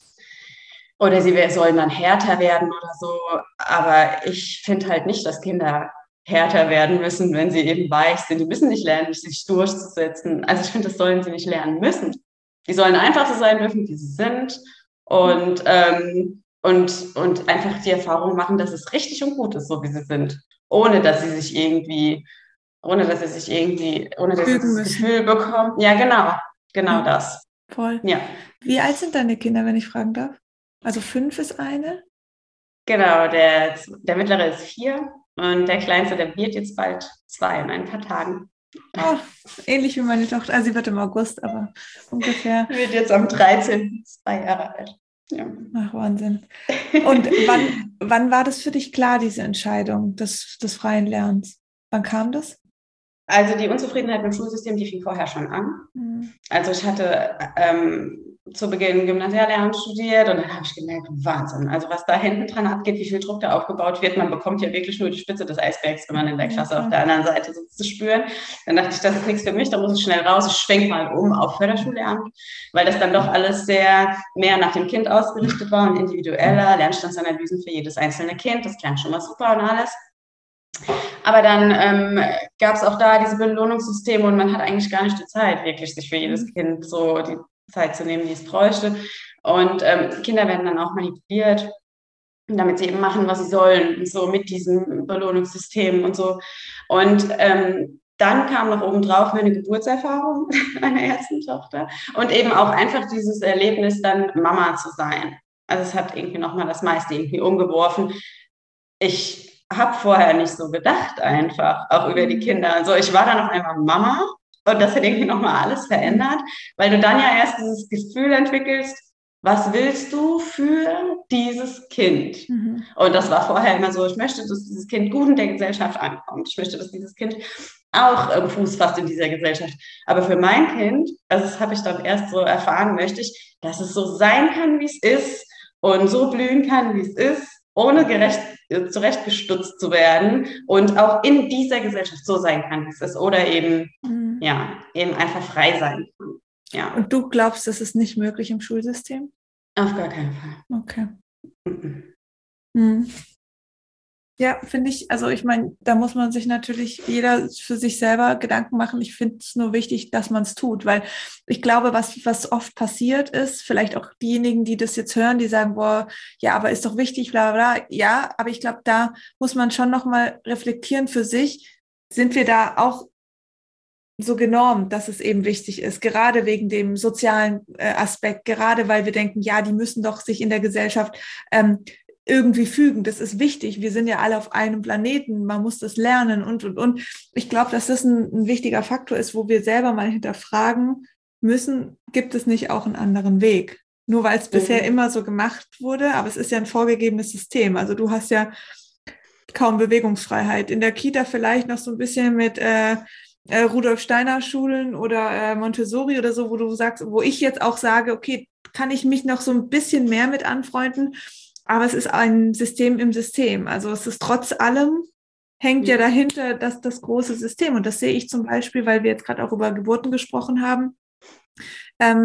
oder sie sollen dann härter werden oder so. Aber ich finde halt nicht, dass Kinder härter werden müssen, wenn sie eben weich sind. Die müssen nicht lernen, sich durchzusetzen. Also ich finde, das sollen sie nicht lernen müssen. Die sollen einfach so sein dürfen, wie sie sind und, ähm, und, und einfach die Erfahrung machen, dass es richtig und gut ist, so wie sie sind. Ohne, dass sie sich irgendwie, ohne, dass sie sich irgendwie, ohne, dass sie das Gefühl bekommen. Ja, genau, genau ja, das. Voll. Ja. Wie alt sind deine Kinder, wenn ich fragen darf? Also fünf ist eine? Genau, der, der mittlere ist vier und der kleinste, der wird jetzt bald zwei in ein paar Tagen. Oh, ähnlich wie meine Tochter. Also sie wird im August, aber ungefähr. Wird jetzt am dreizehnten zwei Jahre alt. Ja. Ach, Wahnsinn. Und wann, wann war das für dich klar, diese Entscheidung des, des freien Lernens? Wann kam das? Also die Unzufriedenheit mit dem Schulsystem, die fing vorher schon an. Mhm. Also ich hatte ähm, zu Beginn Gymnasiallehramt studiert und dann habe ich gemerkt, Wahnsinn, also was da hinten dran abgeht, wie viel Druck da aufgebaut wird, man bekommt ja wirklich nur die Spitze des Eisbergs, wenn man in der Klasse okay. auf der anderen Seite sitzt, zu spüren. Dann dachte ich, das ist nichts für mich, da muss ich schnell raus, ich schwenke mal um auf Förderschullehramt, weil das dann doch alles sehr mehr nach dem Kind ausgerichtet war und individueller, Lernstandsanalysen für jedes einzelne Kind, das klang schon mal super und alles. Aber dann ähm, gab es auch da diese Belohnungssysteme und man hat eigentlich gar nicht die Zeit, wirklich sich für jedes Kind so die Zeit zu nehmen, die es bräuchte. Und ähm, Kinder werden dann auch manipuliert, damit sie eben machen, was sie sollen, so mit diesem Belohnungssystem und so. Und ähm, dann kam noch obendrauf meine Geburtserfahrung meiner ersten Tochter und eben auch einfach dieses Erlebnis, dann Mama zu sein. Also es hat irgendwie nochmal das meiste irgendwie umgeworfen. Ich habe vorher nicht so gedacht einfach, auch über die Kinder. Also ich war dann auf einmal Mama und das hat irgendwie nochmal alles verändert, weil du dann ja erst dieses Gefühl entwickelst, was willst du für dieses Kind? Mhm. Und das war vorher immer so, ich möchte, dass dieses Kind gut in der Gesellschaft ankommt. Ich möchte, dass dieses Kind auch ähm, Fuß fasst in dieser Gesellschaft. Aber für mein Kind, also das habe ich dann erst so erfahren, möchte ich, dass es so sein kann, wie es ist und so blühen kann, wie es ist, ohne gerecht, zurechtgestutzt zu werden und auch in dieser Gesellschaft so sein kann, wie es ist, oder eben, mhm. ja, eben einfach frei sein kann. Ja. Und du glaubst, das ist nicht möglich im Schulsystem? Auf gar keinen Fall. Okay. Mhm. Mhm. Ja, finde ich, also ich meine, da muss man sich natürlich jeder für sich selber Gedanken machen. Ich finde es nur wichtig, dass man es tut, weil ich glaube, was, was oft passiert ist, vielleicht auch diejenigen, die das jetzt hören, die sagen, boah, ja, aber ist doch wichtig, bla, bla, ja, aber ich glaube, da muss man schon nochmal reflektieren für sich. Sind wir da auch so genormt, dass es eben wichtig ist, gerade wegen dem sozialen äh, Aspekt, gerade weil wir denken, ja, die müssen doch sich in der Gesellschaft ähm, irgendwie fügen. Das ist wichtig. Wir sind ja alle auf einem Planeten. Man muss das lernen und, und, und. Ich glaube, dass das ein, ein wichtiger Faktor ist, wo wir selber mal hinterfragen müssen, gibt es nicht auch einen anderen Weg? Nur weil es mhm. bisher immer so gemacht wurde, aber es ist ja ein vorgegebenes System. Also du hast ja kaum Bewegungsfreiheit. In der Kita vielleicht noch so ein bisschen mit äh, äh, Rudolf Steiner Schulen oder äh, Montessori oder so, wo du sagst, wo ich jetzt auch sage, okay, kann ich mich noch so ein bisschen mehr mit anfreunden? Aber es ist ein System im System. Also es ist trotz allem, hängt ja dahinter das, das große System. Und das sehe ich zum Beispiel, weil wir jetzt gerade auch über Geburten gesprochen haben. Ähm,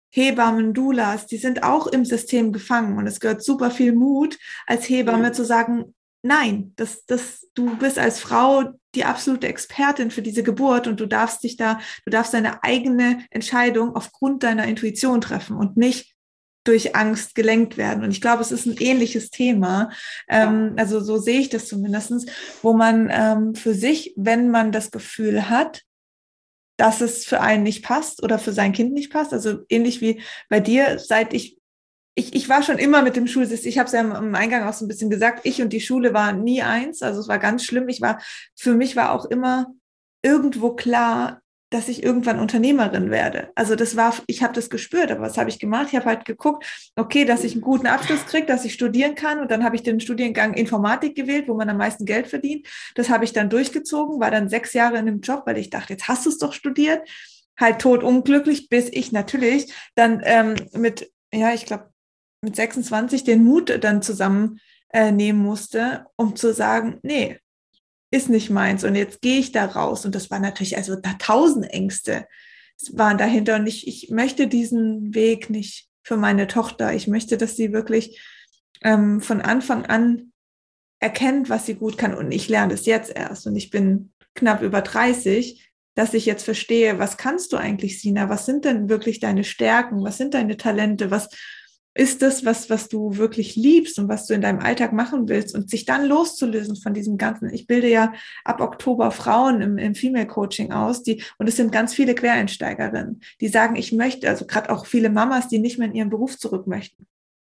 Hebammen, Doulas, die sind auch im System gefangen und es gehört super viel Mut, als Hebamme ja. zu sagen, nein, das, das, du bist als Frau die absolute Expertin für diese Geburt und du darfst dich da, du darfst deine eigene Entscheidung aufgrund deiner Intuition treffen und nicht durch Angst gelenkt werden. Und ich glaube, es ist ein ähnliches Thema, ähm, also so sehe ich das zumindest, wo man ähm, für sich, wenn man das Gefühl hat, dass es für einen nicht passt oder für sein Kind nicht passt. Also ähnlich wie bei dir, seit ich, ich, ich war schon immer mit dem Schulsystem, ich habe es ja im Eingang auch so ein bisschen gesagt, ich und die Schule waren nie eins, also es war ganz schlimm. Ich war, für mich war auch immer irgendwo klar, dass ich irgendwann Unternehmerin werde. Also das war, ich habe das gespürt, aber was habe ich gemacht? Ich habe halt geguckt, okay, dass ich einen guten Abschluss kriege, dass ich studieren kann und dann habe ich den Studiengang Informatik gewählt, wo man am meisten Geld verdient. Das habe ich dann durchgezogen, war dann sechs Jahre in dem Job, weil ich dachte, jetzt hast du es doch studiert. Halt tot unglücklich, bis ich natürlich dann ähm, mit, ja, ich glaube, mit sechsundzwanzig den Mut dann zusammennehmen äh, musste, um zu sagen, nee, ist nicht meins und jetzt gehe ich da raus. Und das war natürlich, also da tausend Ängste waren dahinter und ich, ich möchte diesen Weg nicht für meine Tochter. Ich möchte, dass sie wirklich ähm, von Anfang an erkennt, was sie gut kann und ich lerne es jetzt erst und ich bin knapp über dreißig, dass ich jetzt verstehe, was kannst du eigentlich, Sina? Was sind denn wirklich deine Stärken? Was sind deine Talente? Was ist das, was, was du wirklich liebst und was du in deinem Alltag machen willst und sich dann loszulösen von diesem Ganzen. Ich bilde ja ab Oktober Frauen im, im Female Coaching aus, die, und es sind ganz viele Quereinsteigerinnen, die sagen, ich möchte, also gerade auch viele Mamas, die nicht mehr in ihren Beruf zurück möchten.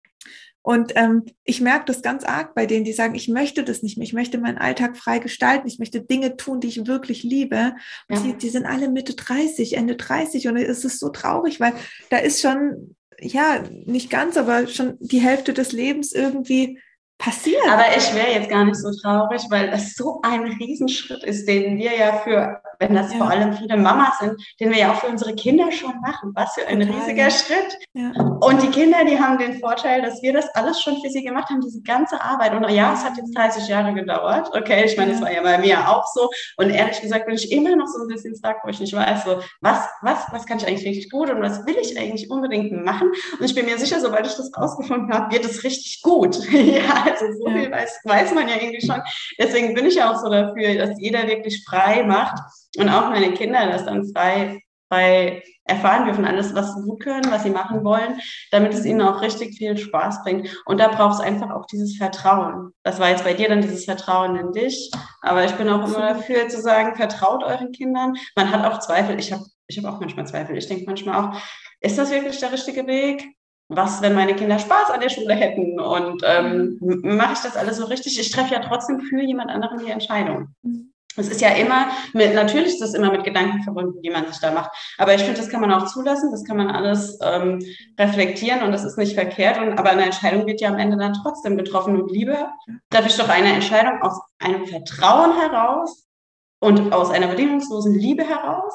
Und ähm, ich merke das ganz arg bei denen, die sagen, ich möchte das nicht mehr, ich möchte meinen Alltag frei gestalten, ich möchte Dinge tun, die ich wirklich liebe. Und ja. die, die sind alle Mitte dreißig, Ende dreißig und es ist so traurig, weil da ist schon, ja, nicht ganz, aber schon die Hälfte des Lebens irgendwie passiert. Aber ich wäre jetzt gar nicht so traurig, weil das so ein Riesenschritt ist, den wir ja für, wenn das ja. vor allem viele Mamas sind, den wir ja auch für unsere Kinder schon machen. Was für ein Total. riesiger Schritt. Ja. Und die Kinder, die haben den Vorteil, dass wir das alles schon für sie gemacht haben, diese ganze Arbeit. Und ja, es hat jetzt dreißig Jahre gedauert. Okay, ich meine, ja. das war ja bei mir auch so. Und ehrlich gesagt bin ich immer noch so ein bisschen stuck, wo ich nicht weiß, so, was, was, was kann ich eigentlich richtig gut und was will ich eigentlich unbedingt machen? Und ich bin mir sicher, sobald ich das rausgefunden habe, wird es richtig gut. ja, also so ja. viel weiß, weiß man ja irgendwie schon. Deswegen bin ich ja auch so dafür, dass jeder wirklich frei macht und auch meine Kinder das dann frei, frei erfahren dürfen, alles, was sie gut können, was sie machen wollen, damit es ihnen auch richtig viel Spaß bringt. Und da braucht es einfach auch dieses Vertrauen. Das war jetzt bei dir dann dieses Vertrauen in dich, aber ich bin auch immer dafür zu sagen, vertraut euren Kindern. Man hat auch Zweifel. Ich habe ich hab auch manchmal Zweifel. Ich denke manchmal auch, ist das wirklich der richtige Weg? Was, wenn meine Kinder Spaß an der Schule hätten und ähm, mache ich das alles so richtig? Ich treffe ja trotzdem für jemand anderen die Entscheidung. Es ist ja immer, mit, natürlich ist das immer mit Gedanken verbunden, wie man sich da macht. Aber ich finde, das kann man auch zulassen, das kann man alles ähm, reflektieren und das ist nicht verkehrt. Und, aber eine Entscheidung wird ja am Ende dann trotzdem getroffen. Und lieber treffe ich doch eine Entscheidung aus einem Vertrauen heraus und aus einer bedingungslosen Liebe heraus,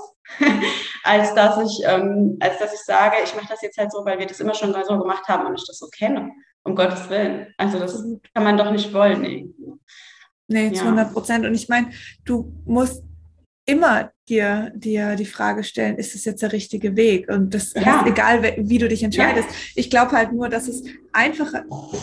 als dass ich, ähm, als dass ich sage, ich mache das jetzt halt so, weil wir das immer schon mal so gemacht haben und ich das so kenne, um Gottes Willen. Also das kann man doch nicht wollen. Irgendwie. Nee, zu hundert Prozent. Und ich meine, du musst immer dir, dir die Frage stellen, ist es jetzt der richtige Weg? Und das ja. heißt, egal, wie du dich entscheidest. Ja. Ich glaube halt nur, dass es einfacher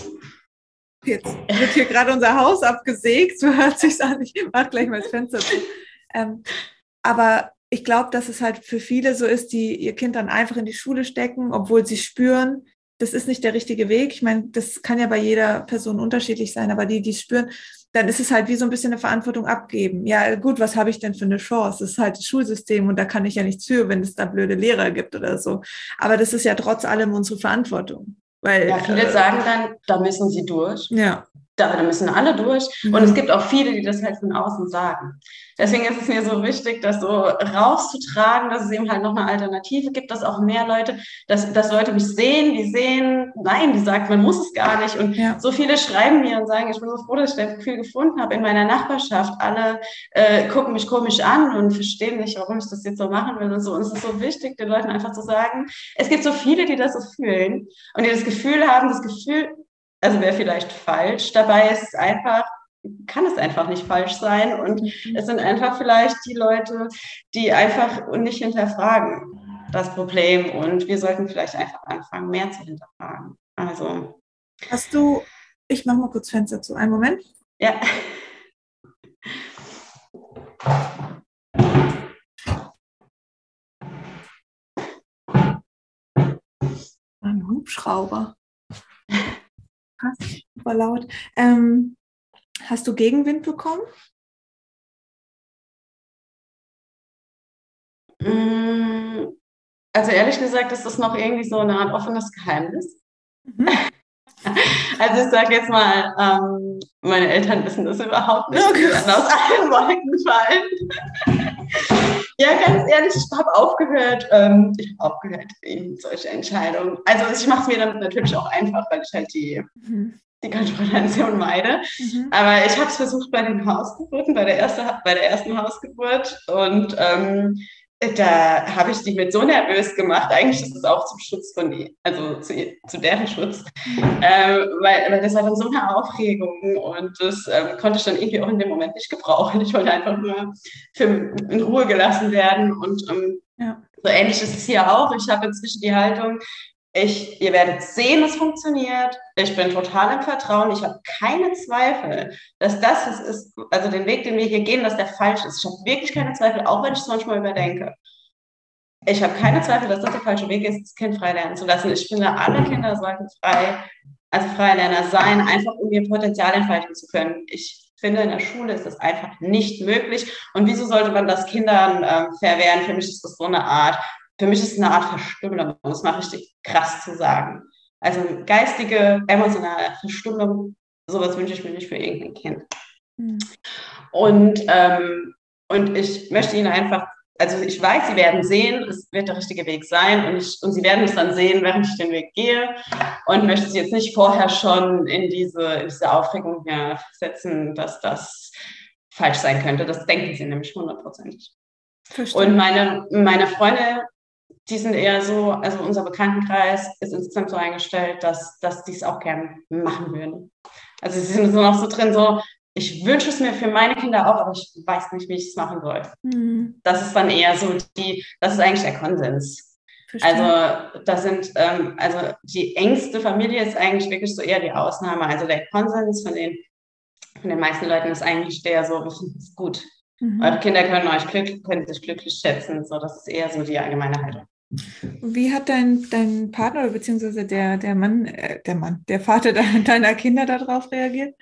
Jetzt wird hier gerade unser Haus abgesägt, so hört sich's an. Ich mach gleich mal das Fenster zu. Ähm, aber ich glaube, dass es halt für viele so ist, die ihr Kind dann einfach in die Schule stecken, obwohl sie spüren, das ist nicht der richtige Weg. Ich meine, das kann ja bei jeder Person unterschiedlich sein, aber die, die es spüren, dann ist es halt wie so ein bisschen eine Verantwortung abgeben. Ja, gut, was habe ich denn für eine Chance? Das ist halt das Schulsystem und da kann ich ja nichts für, wenn es da blöde Lehrer gibt oder so. Aber das ist ja trotz allem unsere Verantwortung. Weil, ja, viele äh, sagen dann, da müssen sie durch. Ja. Da, da müssen alle durch. Mhm. Und es gibt auch viele, die das halt von außen sagen. Deswegen ist es mir so wichtig, das so rauszutragen, dass es eben halt noch eine Alternative gibt, dass auch mehr Leute, dass, dass Leute mich sehen, die sehen, nein, die sagen, man muss es gar nicht. Und ja. so viele schreiben mir und sagen, ich bin so froh, dass ich dein Profil gefunden habe in meiner Nachbarschaft. Alle äh, gucken mich komisch an und verstehen nicht, warum ich das jetzt so machen will und so. Und es ist so wichtig, den Leuten einfach zu sagen, es gibt so viele, die das so fühlen und die das Gefühl haben, das Gefühl, also wäre vielleicht falsch. Dabei ist es einfach, kann es einfach nicht falsch sein. Und mhm. es sind einfach vielleicht die Leute, die einfach nicht hinterfragen. das Problem und wir sollten vielleicht einfach anfangen, mehr zu hinterfragen. Also. Hast du, ich mache mal kurz Fenster zu, einen Moment. Ja. Ein Hubschrauber. Krass, super laut. Ähm, hast du Gegenwind bekommen? Also ehrlich gesagt ist das noch irgendwie so eine Art offenes Geheimnis. Mhm. Also ich sage jetzt mal, ähm, meine Eltern wissen das überhaupt nicht. Die werden aus allen Wolken fallen. Ja, ganz ehrlich, ich habe aufgehört, ähm, ich habe aufgehört in solche Entscheidungen. Also ich mache es mir dann natürlich auch einfach, weil ich halt die, mhm. die Konfrontation meide. Mhm. Aber ich habe es versucht bei den Hausgeburten, bei der, erste, bei der ersten Hausgeburt und ähm, da habe ich die mit so nervös gemacht. Eigentlich ist es auch zum Schutz von die, also zu, zu deren Schutz, mhm. ähm, weil, weil das war dann so eine Aufregung und das ähm, konnte ich dann irgendwie auch in dem Moment nicht gebrauchen. Ich wollte einfach nur für, in Ruhe gelassen werden und ähm, ja. so ähnlich ist es hier auch. Ich habe inzwischen die Haltung, ich, ihr werdet sehen, es funktioniert. Ich bin total im Vertrauen. Ich habe keine Zweifel, dass das es ist, also den Weg, den wir hier gehen, dass der falsch ist. Ich habe wirklich keine Zweifel, auch wenn ich es manchmal überdenke. Ich habe keine Zweifel, dass das der falsche Weg ist, das Kind frei lernen zu lassen. Ich finde, alle Kinder sollten frei, also Freilerner sein, einfach um ihr Potenzial entfalten zu können. Ich finde, in der Schule ist das einfach nicht möglich. Und wieso sollte man das Kindern ähm, verwehren? Für mich ist das so eine Art, für mich ist es eine Art Verstümmelung, um es mal richtig krass zu sagen. Also geistige, emotionale Verstümmelung, sowas wünsche ich mir nicht für irgendein Kind. Mhm. Und, ähm, und ich möchte Ihnen einfach, also ich weiß, Sie werden sehen, es wird der richtige Weg sein und, ich, und Sie werden es dann sehen, während ich den Weg gehe und möchte Sie jetzt nicht vorher schon in diese, in diese Aufregung ja, setzen, dass das falsch sein könnte. Das denken Sie nämlich hundertprozentig. Und meine, meine Freunde, die sind eher so, also unser Bekanntenkreis ist insgesamt so eingestellt, dass, dass die es auch gerne machen würden. Also sie sind so noch so drin, so, ich wünsche es mir für meine Kinder auch, aber ich weiß nicht, wie ich es machen soll. Mhm. Das ist dann eher so die, das ist eigentlich der Konsens. Verstehe. Also das sind, ähm, also die engste Familie ist eigentlich wirklich so eher die Ausnahme. Also der Konsens von den, von den meisten Leuten ist eigentlich der so, wir finden es gut. Mhm. Eure Kinder können euch glücklich, können sich glücklich schätzen. So, das ist eher so die allgemeine Haltung. Wie hat dein, dein Partner oder beziehungsweise der, der Mann, äh, der Mann, der Vater de, deiner Kinder darauf reagiert?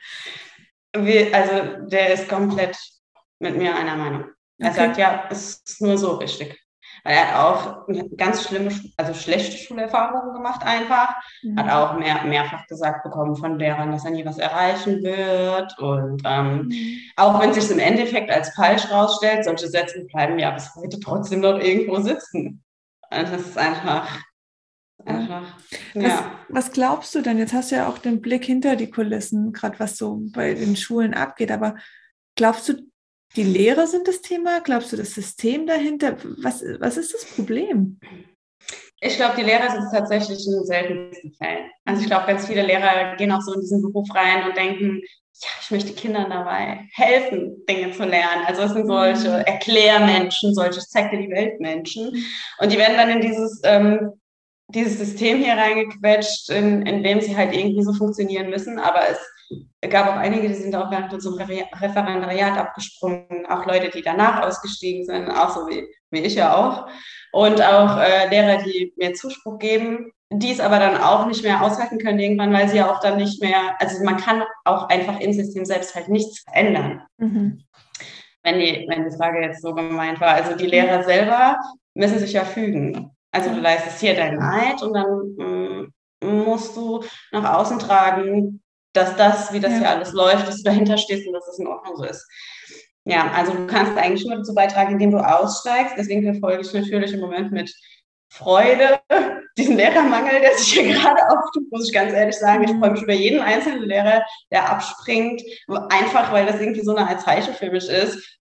Wir, also der ist komplett mit mir einer Meinung. Er okay. sagt, ja, es ist nur so richtig. Weil er hat auch ganz schlimme, also schlechte Schulerfahrungen gemacht einfach. Mhm. Hat auch mehr, mehrfach gesagt bekommen von Lehrern, dass er nie was erreichen wird. Und ähm, mhm. auch wenn es sich im Endeffekt als falsch rausstellt, solche Sätze bleiben ja bis heute trotzdem noch irgendwo sitzen. Und das ist einfach... einfach was, ja. was glaubst du denn? Jetzt hast du ja auch den Blick hinter die Kulissen, gerade was so bei den Schulen abgeht. Aber glaubst du, die Lehrer sind das Thema? Glaubst du, das System dahinter? Was, was ist das Problem? Ich glaube, die Lehrer sind es tatsächlich in den seltensten Fällen. Also ich glaube, ganz viele Lehrer gehen auch so in diesen Beruf rein und denken, ja, ich möchte Kindern dabei helfen, Dinge zu lernen. Also es sind solche Erklärmenschen, solche Zeig dir die Welt-Menschen. Und die werden dann in dieses, ähm, dieses System hier reingequetscht, in, in dem sie halt irgendwie so funktionieren müssen. Aber es gab auch einige, die sind auch während unserem Referendariat abgesprungen, auch Leute, die danach ausgestiegen sind, auch so wie, wie ich ja auch. Und auch äh, Lehrer, die mir Zuspruch geben, die es aber dann auch nicht mehr aushalten können irgendwann, weil sie ja auch dann nicht mehr, also man kann auch einfach im System selbst halt nichts verändern. Mhm. Wenn die, wenn die Frage jetzt so gemeint war. Also die Lehrer selber müssen sich ja fügen. Also du leistest hier deinen Eid und dann mm, musst du nach außen tragen, dass das, wie das ja. hier alles läuft, dass du dahinter stehst und dass es in Ordnung so ist. Ja, also du kannst eigentlich nur dazu beitragen, indem du aussteigst. Deswegen verfolge ich natürlich im Moment mit Freude diesen Lehrermangel, der sich hier gerade auftut, muss ich ganz ehrlich sagen. Ich freue mich über jeden einzelnen Lehrer, der abspringt, einfach weil das irgendwie so eine Art Zeichen für mich ist.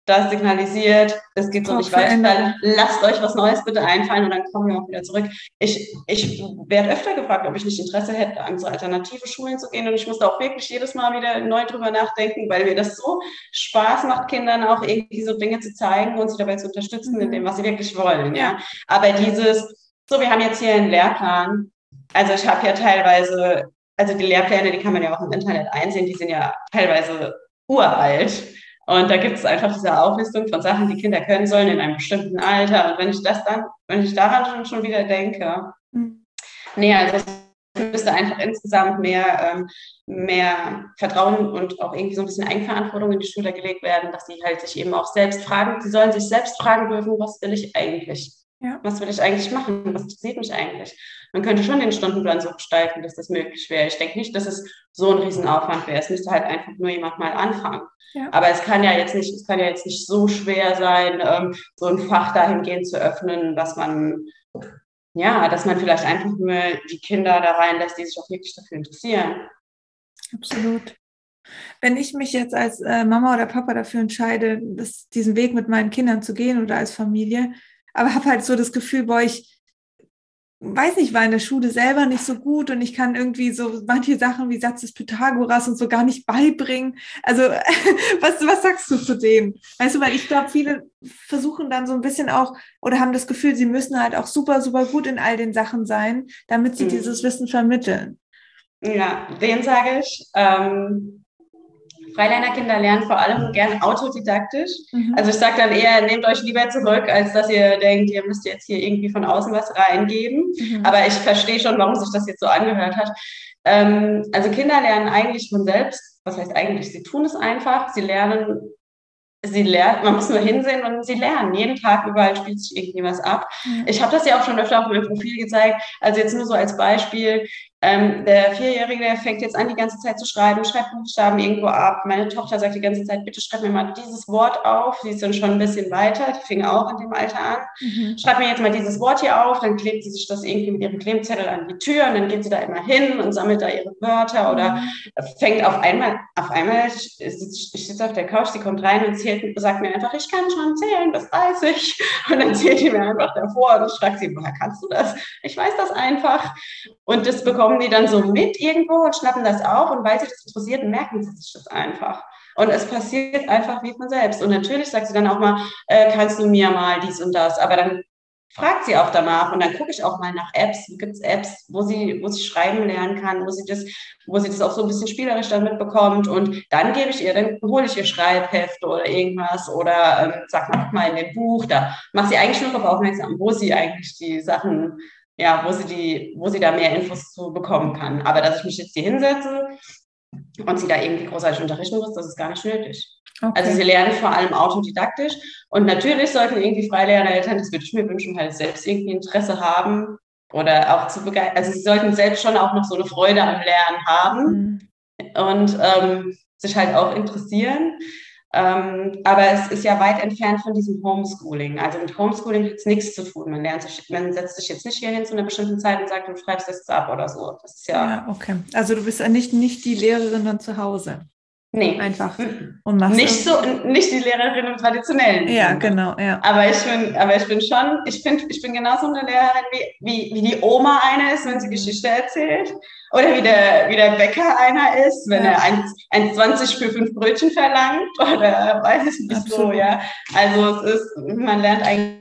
das signalisiert, es geht so nicht weiter, lasst euch was Neues bitte einfallen und dann kommen wir auch wieder zurück. Ich, ich werde öfter gefragt, ob ich nicht Interesse hätte, an so alternative Schulen zu gehen und ich muss da auch wirklich jedes Mal wieder neu drüber nachdenken, weil mir das so Spaß macht, Kindern auch irgendwie so Dinge zu zeigen und sie dabei zu unterstützen, mhm. in dem, was sie wirklich wollen. Ja. Aber dieses, so, wir haben jetzt hier einen Lehrplan, also ich habe ja teilweise, also die Lehrpläne, die kann man ja auch im Internet einsehen, die sind ja teilweise uralt. Und da gibt es einfach diese Auflistung von Sachen, die Kinder können sollen in einem bestimmten Alter. Und wenn ich das dann, wenn ich daran schon, schon wieder denke, mhm. nee, also es müsste einfach insgesamt mehr, ähm, mehr Vertrauen und auch irgendwie so ein bisschen Eigenverantwortung in die Schüler gelegt werden, dass sie halt sich eben auch selbst fragen, sie sollen sich selbst fragen dürfen, was will ich eigentlich? Ja. Was will ich eigentlich machen? Was interessiert mich eigentlich? Man könnte schon den Stundenplan so gestalten, dass das möglich wäre. Ich denke nicht, dass es so ein Riesenaufwand wäre. Es müsste halt einfach nur jemand mal anfangen. Ja. Aber es kann ja jetzt nicht, es kann ja jetzt nicht so schwer sein, ähm, so ein Fach dahingehend zu öffnen, dass man, ja, dass man vielleicht einfach nur die Kinder da reinlässt, die sich auch wirklich dafür interessieren. Absolut. Wenn ich mich jetzt als äh, Mama oder Papa dafür entscheide, das, diesen Weg mit meinen Kindern zu gehen oder als Familie, aber habe halt so das Gefühl, boah, ich weiß nicht, war in der Schule selber nicht so gut und ich kann irgendwie so manche Sachen wie Satz des Pythagoras und so gar nicht beibringen. Also was, was sagst du zu dem? Weißt du, weil ich glaube, viele versuchen dann so ein bisschen auch oder haben das Gefühl, sie müssen halt auch super, super gut in all den Sachen sein, damit sie mhm. dieses Wissen vermitteln. Ja, den sage ich. Ähm Freilernerkinder lernen vor allem gern autodidaktisch. Mhm. Also ich sage dann eher, nehmt euch lieber zurück, als dass ihr denkt, ihr müsst jetzt hier irgendwie von außen was reingeben. Mhm. Aber ich verstehe schon, warum sich das jetzt so angehört hat. Ähm, also Kinder lernen eigentlich von selbst. Was heißt eigentlich? Sie tun es einfach. Sie lernen, sie lernen, man muss nur hinsehen und sie lernen. Jeden Tag überall spielt sich irgendwie was ab. Mhm. Ich habe das ja auch schon öfter auf meinem Profil gezeigt. Also jetzt nur so als Beispiel. Ähm, der Vierjährige, der fängt jetzt an, die ganze Zeit zu schreiben, schreibt Buchstaben irgendwo ab. Meine Tochter sagt die ganze Zeit, bitte schreib mir mal dieses Wort auf. Die ist dann schon ein bisschen weiter, die fing auch in dem Alter an. Mhm. Schreib mir jetzt mal dieses Wort hier auf, dann klebt sie sich das irgendwie mit ihrem Klebzettel an die Tür und dann geht sie da immer hin und sammelt da ihre Wörter oder mhm. fängt auf einmal, auf einmal, ich, ich, ich sitze auf der Couch, sie kommt rein und zählt, sagt mir einfach, ich kann schon zählen, das weiß ich. Und dann zählt die mir einfach davor und ich frage sie, woher kannst du das? Ich weiß das einfach. Und das bekommen die dann so mit irgendwo und schnappen das auf und weil sie das interessiert, merken sie sich das einfach. Und es passiert einfach wie von selbst. Und natürlich sagt sie dann auch mal, äh, kannst du mir mal dies und das, aber dann fragt sie auch danach und dann gucke ich auch mal nach Apps. Gibt es Apps, wo sie, wo sie schreiben lernen kann, wo sie das, wo sie das auch so ein bisschen spielerisch dann mitbekommt und dann gebe ich ihr, dann hole ich ihr Schreibhefte oder irgendwas oder ähm, sag mal, guck mal in dem Buch, da macht sie eigentlich nur darauf aufmerksam, wo sie eigentlich die Sachen ja, wo sie die, wo sie da mehr Infos zu bekommen kann. Aber dass ich mich jetzt hier hinsetze und sie da irgendwie großartig unterrichten muss, das ist gar nicht nötig. Okay. Also sie lernen vor allem autodidaktisch und natürlich sollten irgendwie Freilernereltern, das würde ich mir wünschen, halt selbst irgendwie Interesse haben oder auch zu begeistern. Also sie sollten selbst schon auch noch so eine Freude am Lernen haben mhm. und ähm, sich halt auch interessieren. Ähm, aber es ist ja weit entfernt von diesem Homeschooling. Also mit Homeschooling hat es nichts zu tun. Man lernt sich, man setzt sich jetzt nicht hier hin zu einer bestimmten Zeit und sagt, du schreibst das jetzt ab oder so. Das ist ja. Ja, okay. Also du bist ja nicht, nicht die Lehrerin dann zu Hause. Nee. Einfach. Und nicht so, nicht die Lehrerin im traditionellen Ja, Sinne. Genau, ja. Aber ich bin, aber ich bin schon, ich finde, ich bin genauso eine Lehrerin, wie, wie, wie die Oma eine ist, wenn sie Geschichte erzählt. Oder wie der, wie der Bäcker einer ist, wenn ja. er eins zwanzig für fünf Brötchen verlangt. Oder weiß ich nicht Absolut. So, ja. Also es ist, man lernt eigentlich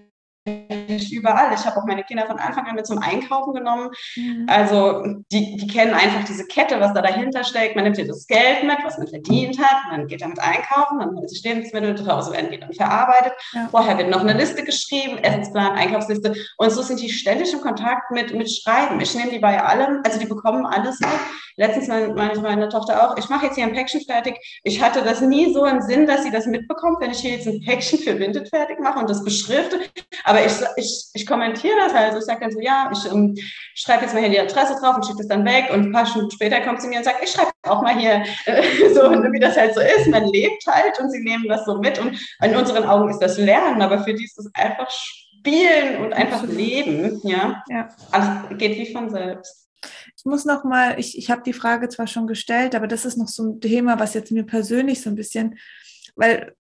überall. Ich habe auch meine Kinder von Anfang an mit zum Einkaufen genommen. Mhm. Also die, die kennen einfach diese Kette, was da dahinter steckt. Man nimmt hier das Geld mit, was man verdient hat. Man geht damit einkaufen, dann holt sich Lebensmittel, zu Hause werden die dann verarbeitet. Ja. Vorher wird noch eine Liste geschrieben, Essensplan, Einkaufsliste. Und so sind die ständig im Kontakt mit, mit Schreiben. Ich nehme die bei allem, also die bekommen alles mit. Letztens meinte meine Tochter auch, ich mache jetzt hier ein Päckchen fertig. Ich hatte das nie so im Sinn, dass sie das mitbekommt, wenn ich hier jetzt ein Päckchen für Vinted fertig mache und das beschrifte. Aber ich, ich, ich kommentiere das halt. Also ich sage dann so, ja, ich ähm, schreibe jetzt mal hier die Adresse drauf und schicke das dann weg. Und ein paar Stunden später kommt sie mir und sagt, ich schreibe auch mal hier, äh, so wie das halt so ist. Man lebt halt und sie nehmen das so mit. Und in unseren Augen ist das Lernen, aber für die ist das einfach Spielen und einfach Leben. Ja, ja. Alles geht wie von selbst. Ich muss noch mal, ich, ich habe die Frage zwar schon gestellt, aber das ist noch so ein Thema, was jetzt mir persönlich so ein bisschen, weil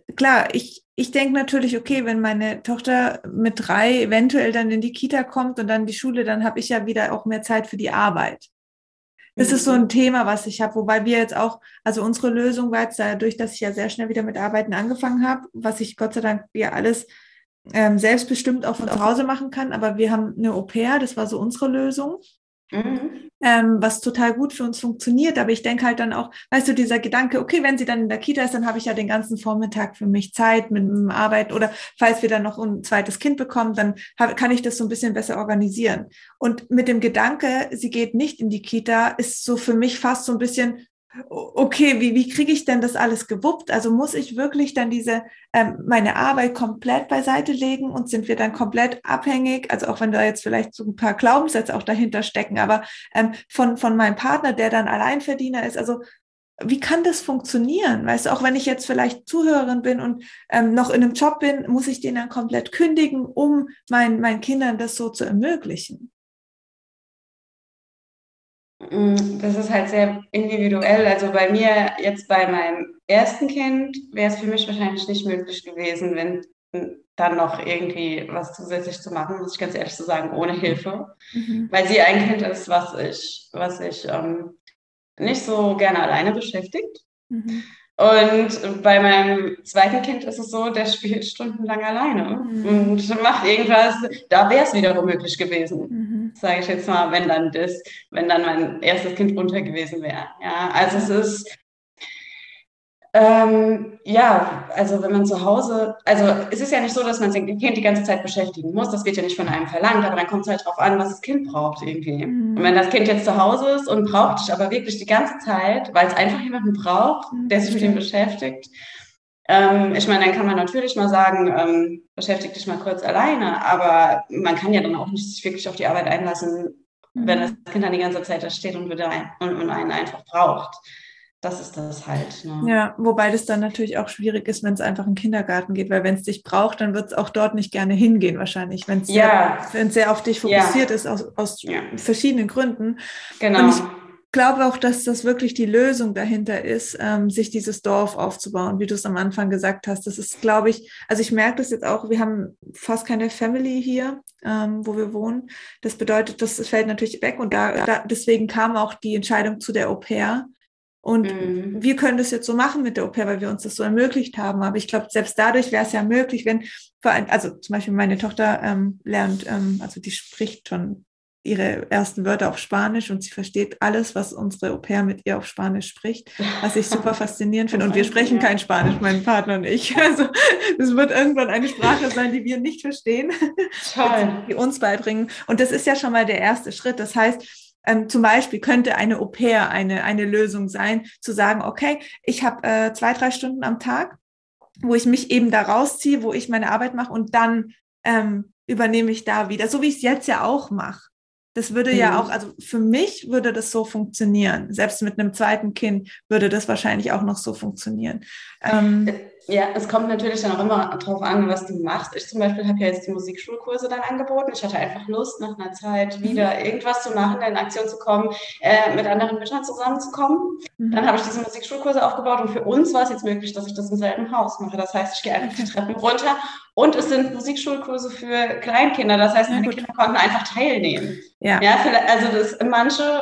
klar, ich, ich denke natürlich, okay, wenn meine Tochter mit drei eventuell dann in die Kita kommt und dann die Schule, dann habe ich ja wieder auch mehr Zeit für die Arbeit. Das ist so ein Mhm. Thema, was ich habe, wobei wir jetzt auch, also unsere Lösung war jetzt dadurch, dass ich ja sehr schnell wieder mit Arbeiten angefangen habe, was ich Gott sei Dank ja alles ähm, selbstbestimmt auch von zu Hause machen kann, aber wir haben eine Au-pair, das war so unsere Lösung. Mhm. Ähm, was total gut für uns funktioniert. Aber ich denke halt dann auch, weißt du, dieser Gedanke, okay, wenn sie dann in der Kita ist, dann habe ich ja den ganzen Vormittag für mich Zeit mit dem Arbeiten oder falls wir dann noch ein zweites Kind bekommen, dann hab, kann ich das so ein bisschen besser organisieren. Und mit dem Gedanke, sie geht nicht in die Kita, ist so für mich fast so ein bisschen, okay, wie, wie kriege ich denn das alles gewuppt? Also muss ich wirklich dann diese, ähm, meine Arbeit komplett beiseite legen und sind wir dann komplett abhängig? Also auch wenn da jetzt vielleicht so ein paar Glaubenssätze auch dahinter stecken, aber ähm, von, von meinem Partner, der dann Alleinverdiener ist, also wie kann das funktionieren? Weißt du, auch wenn ich jetzt vielleicht Zuhörerin bin und ähm, noch in einem Job bin, muss ich den dann komplett kündigen, um mein, meinen Kindern das so zu ermöglichen? Mm, Das ist halt sehr individuell. Also bei mir jetzt bei meinem ersten Kind wäre es für mich wahrscheinlich nicht möglich gewesen, wenn dann noch irgendwie was zusätzlich zu machen, muss ich ganz ehrlich so sagen, ohne Hilfe. Mhm. Weil sie ein Kind ist, was ich, was ich ähm, nicht so gerne alleine beschäftigt. Mhm. Und bei meinem zweiten Kind ist es so, der spielt stundenlang alleine Mhm. und macht irgendwas. Da wäre es wiederum möglich gewesen, Mhm. sage ich jetzt mal, wenn dann das, wenn dann mein erstes Kind runter gewesen wäre. Ja, also es Ja. ist ähm, ja, also wenn man zu Hause, also es ist ja nicht so, dass man sein Kind die ganze Zeit beschäftigen muss, das wird ja nicht von einem verlangt, aber dann kommt es halt drauf an, was das Kind braucht irgendwie. Und wenn Mhm. das Kind jetzt zu Hause ist und braucht dich aber wirklich die ganze Zeit, weil es einfach jemanden braucht, Mhm. der sich mit ihm Verstehe. beschäftigt, ähm, ich meine, dann kann man natürlich mal sagen, ähm, beschäftige dich mal kurz alleine, aber man kann ja dann auch nicht sich wirklich auf die Arbeit einlassen, wenn das Mhm. Kind dann die ganze Zeit da steht und, wieder ein, und, und einen einfach braucht. Das ist das halt, ne? Ja, wobei das dann natürlich auch schwierig ist, wenn es einfach in den Kindergarten geht, weil wenn es dich braucht, dann wird es auch dort nicht gerne hingehen wahrscheinlich, wenn es sehr, Ja, wenn es sehr auf dich fokussiert ja, ist, aus, aus ja, verschiedenen Gründen. Und ich genau. glaube auch, dass das wirklich die Lösung dahinter ist, ähm, sich dieses Dorf aufzubauen, wie du es am Anfang gesagt hast. Das ist, glaube ich, also ich merke das jetzt auch, wir haben fast keine Family hier, ähm, wo wir wohnen. Das bedeutet, das fällt natürlich weg und da, da deswegen kam auch die Entscheidung zu der Au-pair. Und Mhm. wir können das jetzt so machen mit der Au-pair, weil wir uns das so ermöglicht haben. Aber ich glaube, selbst dadurch wäre es ja möglich, wenn, also zum Beispiel meine Tochter ähm, lernt, ähm, also die spricht schon ihre ersten Wörter auf Spanisch und sie versteht alles, was unsere Au-pair mit ihr auf Spanisch spricht, was ich super faszinierend Das finde. ist Und wir Wahnsinn, sprechen ja. kein Spanisch, mein Partner und ich. Also es wird irgendwann eine Sprache sein, die wir nicht verstehen, Toll. die uns beibringen. Und das ist ja schon mal der erste Schritt. Das heißt, ähm, zum Beispiel könnte eine Au-pair eine, eine Lösung sein, zu sagen, okay, ich habe äh, zwei, drei Stunden am Tag, wo ich mich eben da rausziehe, wo ich meine Arbeit mache und dann ähm, übernehme ich da wieder, so wie ich es jetzt ja auch mache. Das würde ja auch, Mhm. also für mich würde das so funktionieren. Selbst mit einem zweiten Kind würde das wahrscheinlich auch noch so funktionieren. Ähm, Ja, es kommt natürlich dann auch immer darauf an, was du machst. Ich zum Beispiel habe ja jetzt die Musikschulkurse dann angeboten. Ich hatte einfach Lust, nach einer Zeit mhm, wieder irgendwas zu machen, in Aktion zu kommen, äh, mit anderen Müttern zusammenzukommen. Dann mhm, habe ich diese Musikschulkurse aufgebaut und für uns war es jetzt möglich, dass ich das im selben Haus mache. Das heißt, ich gehe einfach die okay, Treppen runter und es sind Musikschulkurse für Kleinkinder. Das heißt, ja meine gut. Kinder konnten einfach teilnehmen. Ja, Ja, also das, manche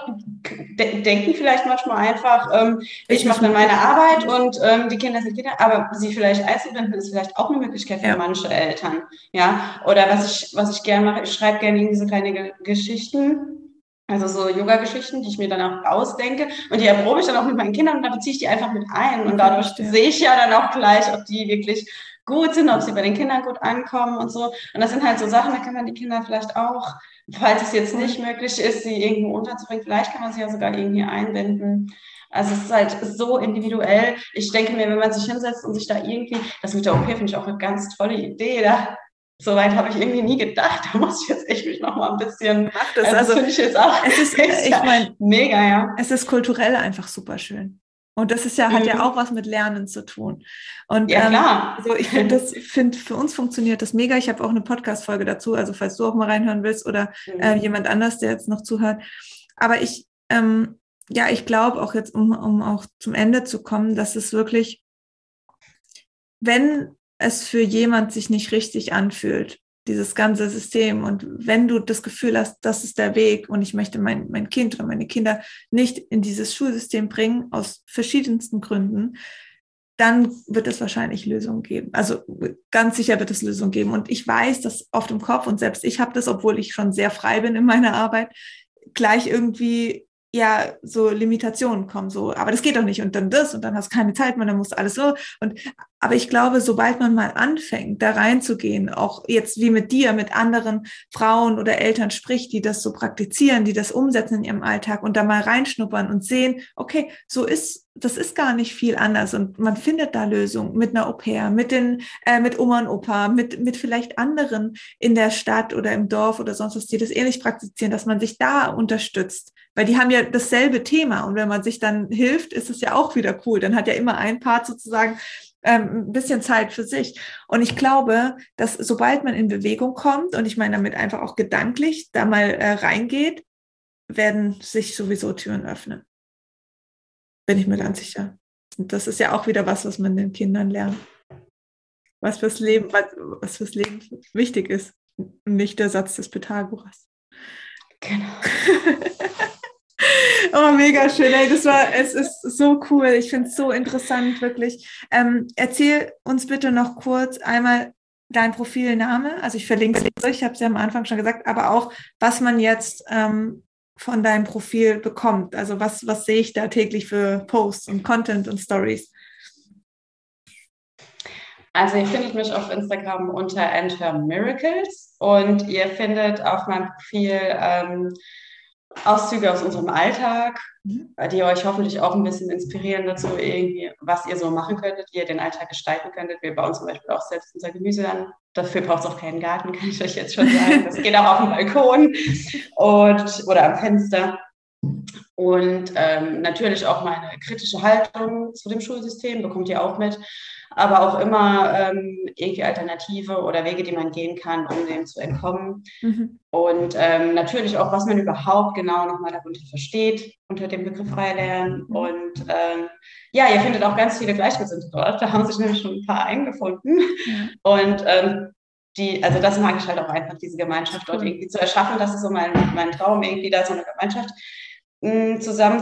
de denken vielleicht manchmal einfach, ähm, ist ich mache nicht dann meine möglich. Arbeit und ähm, die Kinder sind Kinder, aber sie vielleicht einzubinden, ist vielleicht auch eine Möglichkeit für Ja, manche Eltern. Ja, oder was ich, was ich gerne mache, ich schreibe gerne irgendwie so kleine Ge Geschichten, also so Yoga-Geschichten, die ich mir dann auch ausdenke und die erprobe ich dann auch mit meinen Kindern und da beziehe ich die einfach mit ein und okay, dadurch verstehe. sehe ich ja dann auch gleich, ob die wirklich gut sind, ob sie bei den Kindern gut ankommen und so. Und das sind halt so Sachen, da kann man die Kinder vielleicht auch, falls es jetzt Cool. nicht möglich ist, sie irgendwo unterzubringen, vielleicht kann man sie ja sogar irgendwie einbinden. Also es ist halt so individuell. Ich denke mir, wenn man sich hinsetzt und sich da irgendwie, das mit der Au pair finde ich auch eine ganz tolle Idee. Da, soweit habe ich irgendwie nie gedacht. Da muss ich jetzt echt mich noch mal ein bisschen, Macht es. also das Also finde ich jetzt auch, es ist, ist ich ja meine, mega, ja. es ist kulturell einfach super schön. Und das ist ja, hat ja auch Mhm. was mit Lernen zu tun. Und Ja, ähm, klar. also ich finde das, finde, für uns funktioniert das mega. Ich habe auch eine Podcast-Folge dazu, also falls du auch mal reinhören willst oder äh, Mhm. jemand anders, der jetzt noch zuhört. Aber ich, ähm, ja, ich glaube auch jetzt, um, um auch zum Ende zu kommen, dass es wirklich wenn es für jemand sich nicht richtig anfühlt, dieses ganze System, und wenn du das Gefühl hast, das ist der Weg und ich möchte mein, mein Kind oder meine Kinder nicht in dieses Schulsystem bringen, aus verschiedensten Gründen, dann wird es wahrscheinlich Lösungen geben. Also ganz sicher wird es Lösungen geben. Und ich weiß, dass oft im Kopf, und selbst ich habe das, obwohl ich schon sehr frei bin in meiner Arbeit, gleich irgendwie ja so Limitationen kommen, so, aber das geht doch nicht und dann das und dann hast du keine Zeit mehr, dann musst alles so. Und aber ich glaube, sobald man mal anfängt, da reinzugehen, auch jetzt wie mit dir, mit anderen Frauen oder Eltern spricht, die das so praktizieren, die das umsetzen in ihrem Alltag und da mal reinschnuppern und sehen, okay, so ist, das ist gar nicht viel anders und man findet da Lösungen mit einer Au-pair, mit den, äh, mit Oma und Opa, mit, mit vielleicht anderen in der Stadt oder im Dorf oder sonst was, die das ähnlich praktizieren, dass man sich da unterstützt. Weil die haben ja dasselbe Thema und wenn man sich dann hilft, ist es ja auch wieder cool. Dann hat ja immer ein Part sozusagen ähm, ein bisschen Zeit für sich. Und ich glaube, dass sobald man in Bewegung kommt, und ich meine damit einfach auch gedanklich, da mal äh, reingeht, werden sich sowieso Türen öffnen. Bin ich mir ganz sicher. Und das ist ja auch wieder was, was man den Kindern lernt. Was fürs Leben, was, was fürs Leben wichtig ist. Nicht der Satz des Pythagoras. Genau. Oh, mega schön. Ey, das war, es ist so cool. Ich finde es so interessant, wirklich. Ähm, erzähl uns bitte noch kurz einmal dein Profilname. Also ich verlinke es, ich habe es ja am Anfang schon gesagt, aber auch, was man jetzt ähm, von deinem Profil bekommt. Also was, was sehe ich da täglich für Posts und Content und Stories? Also ihr findet mich auf Instagram unter Enter Miracles und ihr findet auf meinem Profil ähm, Auszüge aus unserem Alltag, mhm. die euch hoffentlich auch ein bisschen inspirieren dazu, irgendwie, was ihr so machen könntet, wie ihr den Alltag gestalten könntet. Wir bauen zum Beispiel auch selbst unser Gemüse an. Dafür braucht es auch keinen Garten, kann ich euch jetzt schon sagen. Das geht auch auf dem Balkon und, oder am Fenster. Und ähm, natürlich auch meine kritische Haltung zu dem Schulsystem bekommt ihr auch mit, aber auch immer ähm, irgendwie Alternative oder Wege, die man gehen kann, um dem zu entkommen. Mhm. Und ähm, natürlich auch, was man überhaupt genau nochmal darunter versteht, unter dem Begriff Freilernen. Mhm. Und ähm, ja, ihr findet auch ganz viele Gleichgesinnte dort. Da haben sich nämlich schon ein paar eingefunden. Ja. Und ähm, die, also das mag ich halt auch einfach, diese Gemeinschaft dort irgendwie zu erschaffen. Das ist so mein, mein Traum, irgendwie da so eine Gemeinschaft zusammen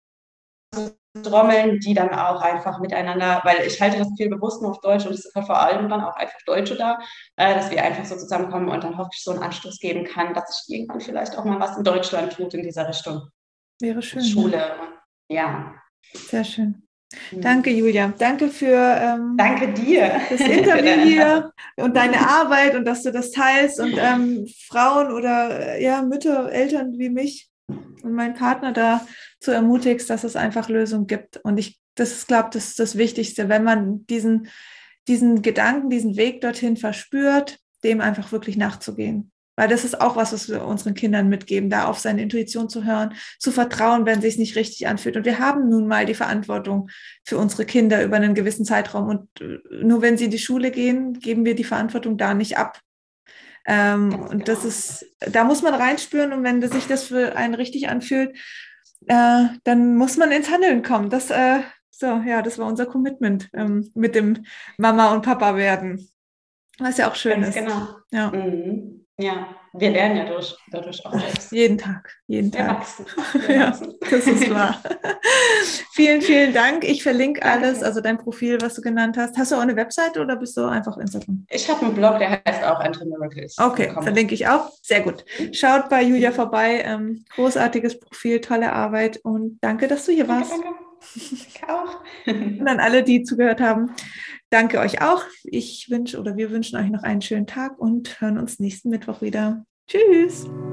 zu trommeln, die dann auch einfach miteinander, weil ich halte das viel bewusst nur auf Deutsch und es sind vor allem dann auch einfach Deutsche da, äh, dass wir einfach so zusammenkommen und dann hoffentlich so einen Anstoß geben kann, dass sich irgendwie vielleicht auch mal was in Deutschland tut in dieser Richtung. Wäre schön. Schule, ja. Sehr schön. Danke, Julia. Danke für ähm, Danke dir. das Interview hier und deine Arbeit und dass du das teilst und ähm, Frauen oder ja, Mütter, Eltern wie mich und meinen Partner dazu ermutigst, dass es einfach Lösungen gibt. Und ich, das ist, glaube ich, das ist das Wichtigste, wenn man diesen, diesen Gedanken, diesen Weg dorthin verspürt, dem einfach wirklich nachzugehen. Weil das ist auch was, was wir unseren Kindern mitgeben, da auf seine Intuition zu hören, zu vertrauen, wenn es sich nicht richtig anfühlt. Und wir haben nun mal die Verantwortung für unsere Kinder über einen gewissen Zeitraum. Und nur wenn sie in die Schule gehen, geben wir die Verantwortung da nicht ab. Ähm, und das ist, da muss man reinspüren und wenn sich das für einen richtig anfühlt, äh, dann muss man ins Handeln kommen. Das, äh, so, ja, das war unser Commitment ähm, mit dem Mama und Papa werden. Was ja auch schön Ganz ist. Genau. Ja. Mhm. Ja, wir lernen ja durch, dadurch auch selbst. Jeden Tag, jeden wir Tag. Wachsen. Wir ja, wachsen. das ist wahr. Vielen, vielen Dank. Ich verlinke alles, also dein Profil, was du genannt hast. Hast du auch eine Webseite oder bist du einfach Instagram? Ich habe einen Blog, der heißt auch Enter Miracles. Okay, verlinke ich auch. Sehr gut. Schaut bei Julia vorbei. Ähm, großartiges Profil, tolle Arbeit und danke, dass du hier warst. Danke, danke. Danke auch. Und an alle, die zugehört haben, danke euch auch. Ich wünsche oder wir wünschen euch noch einen schönen Tag und hören uns nächsten Mittwoch wieder. Tschüss.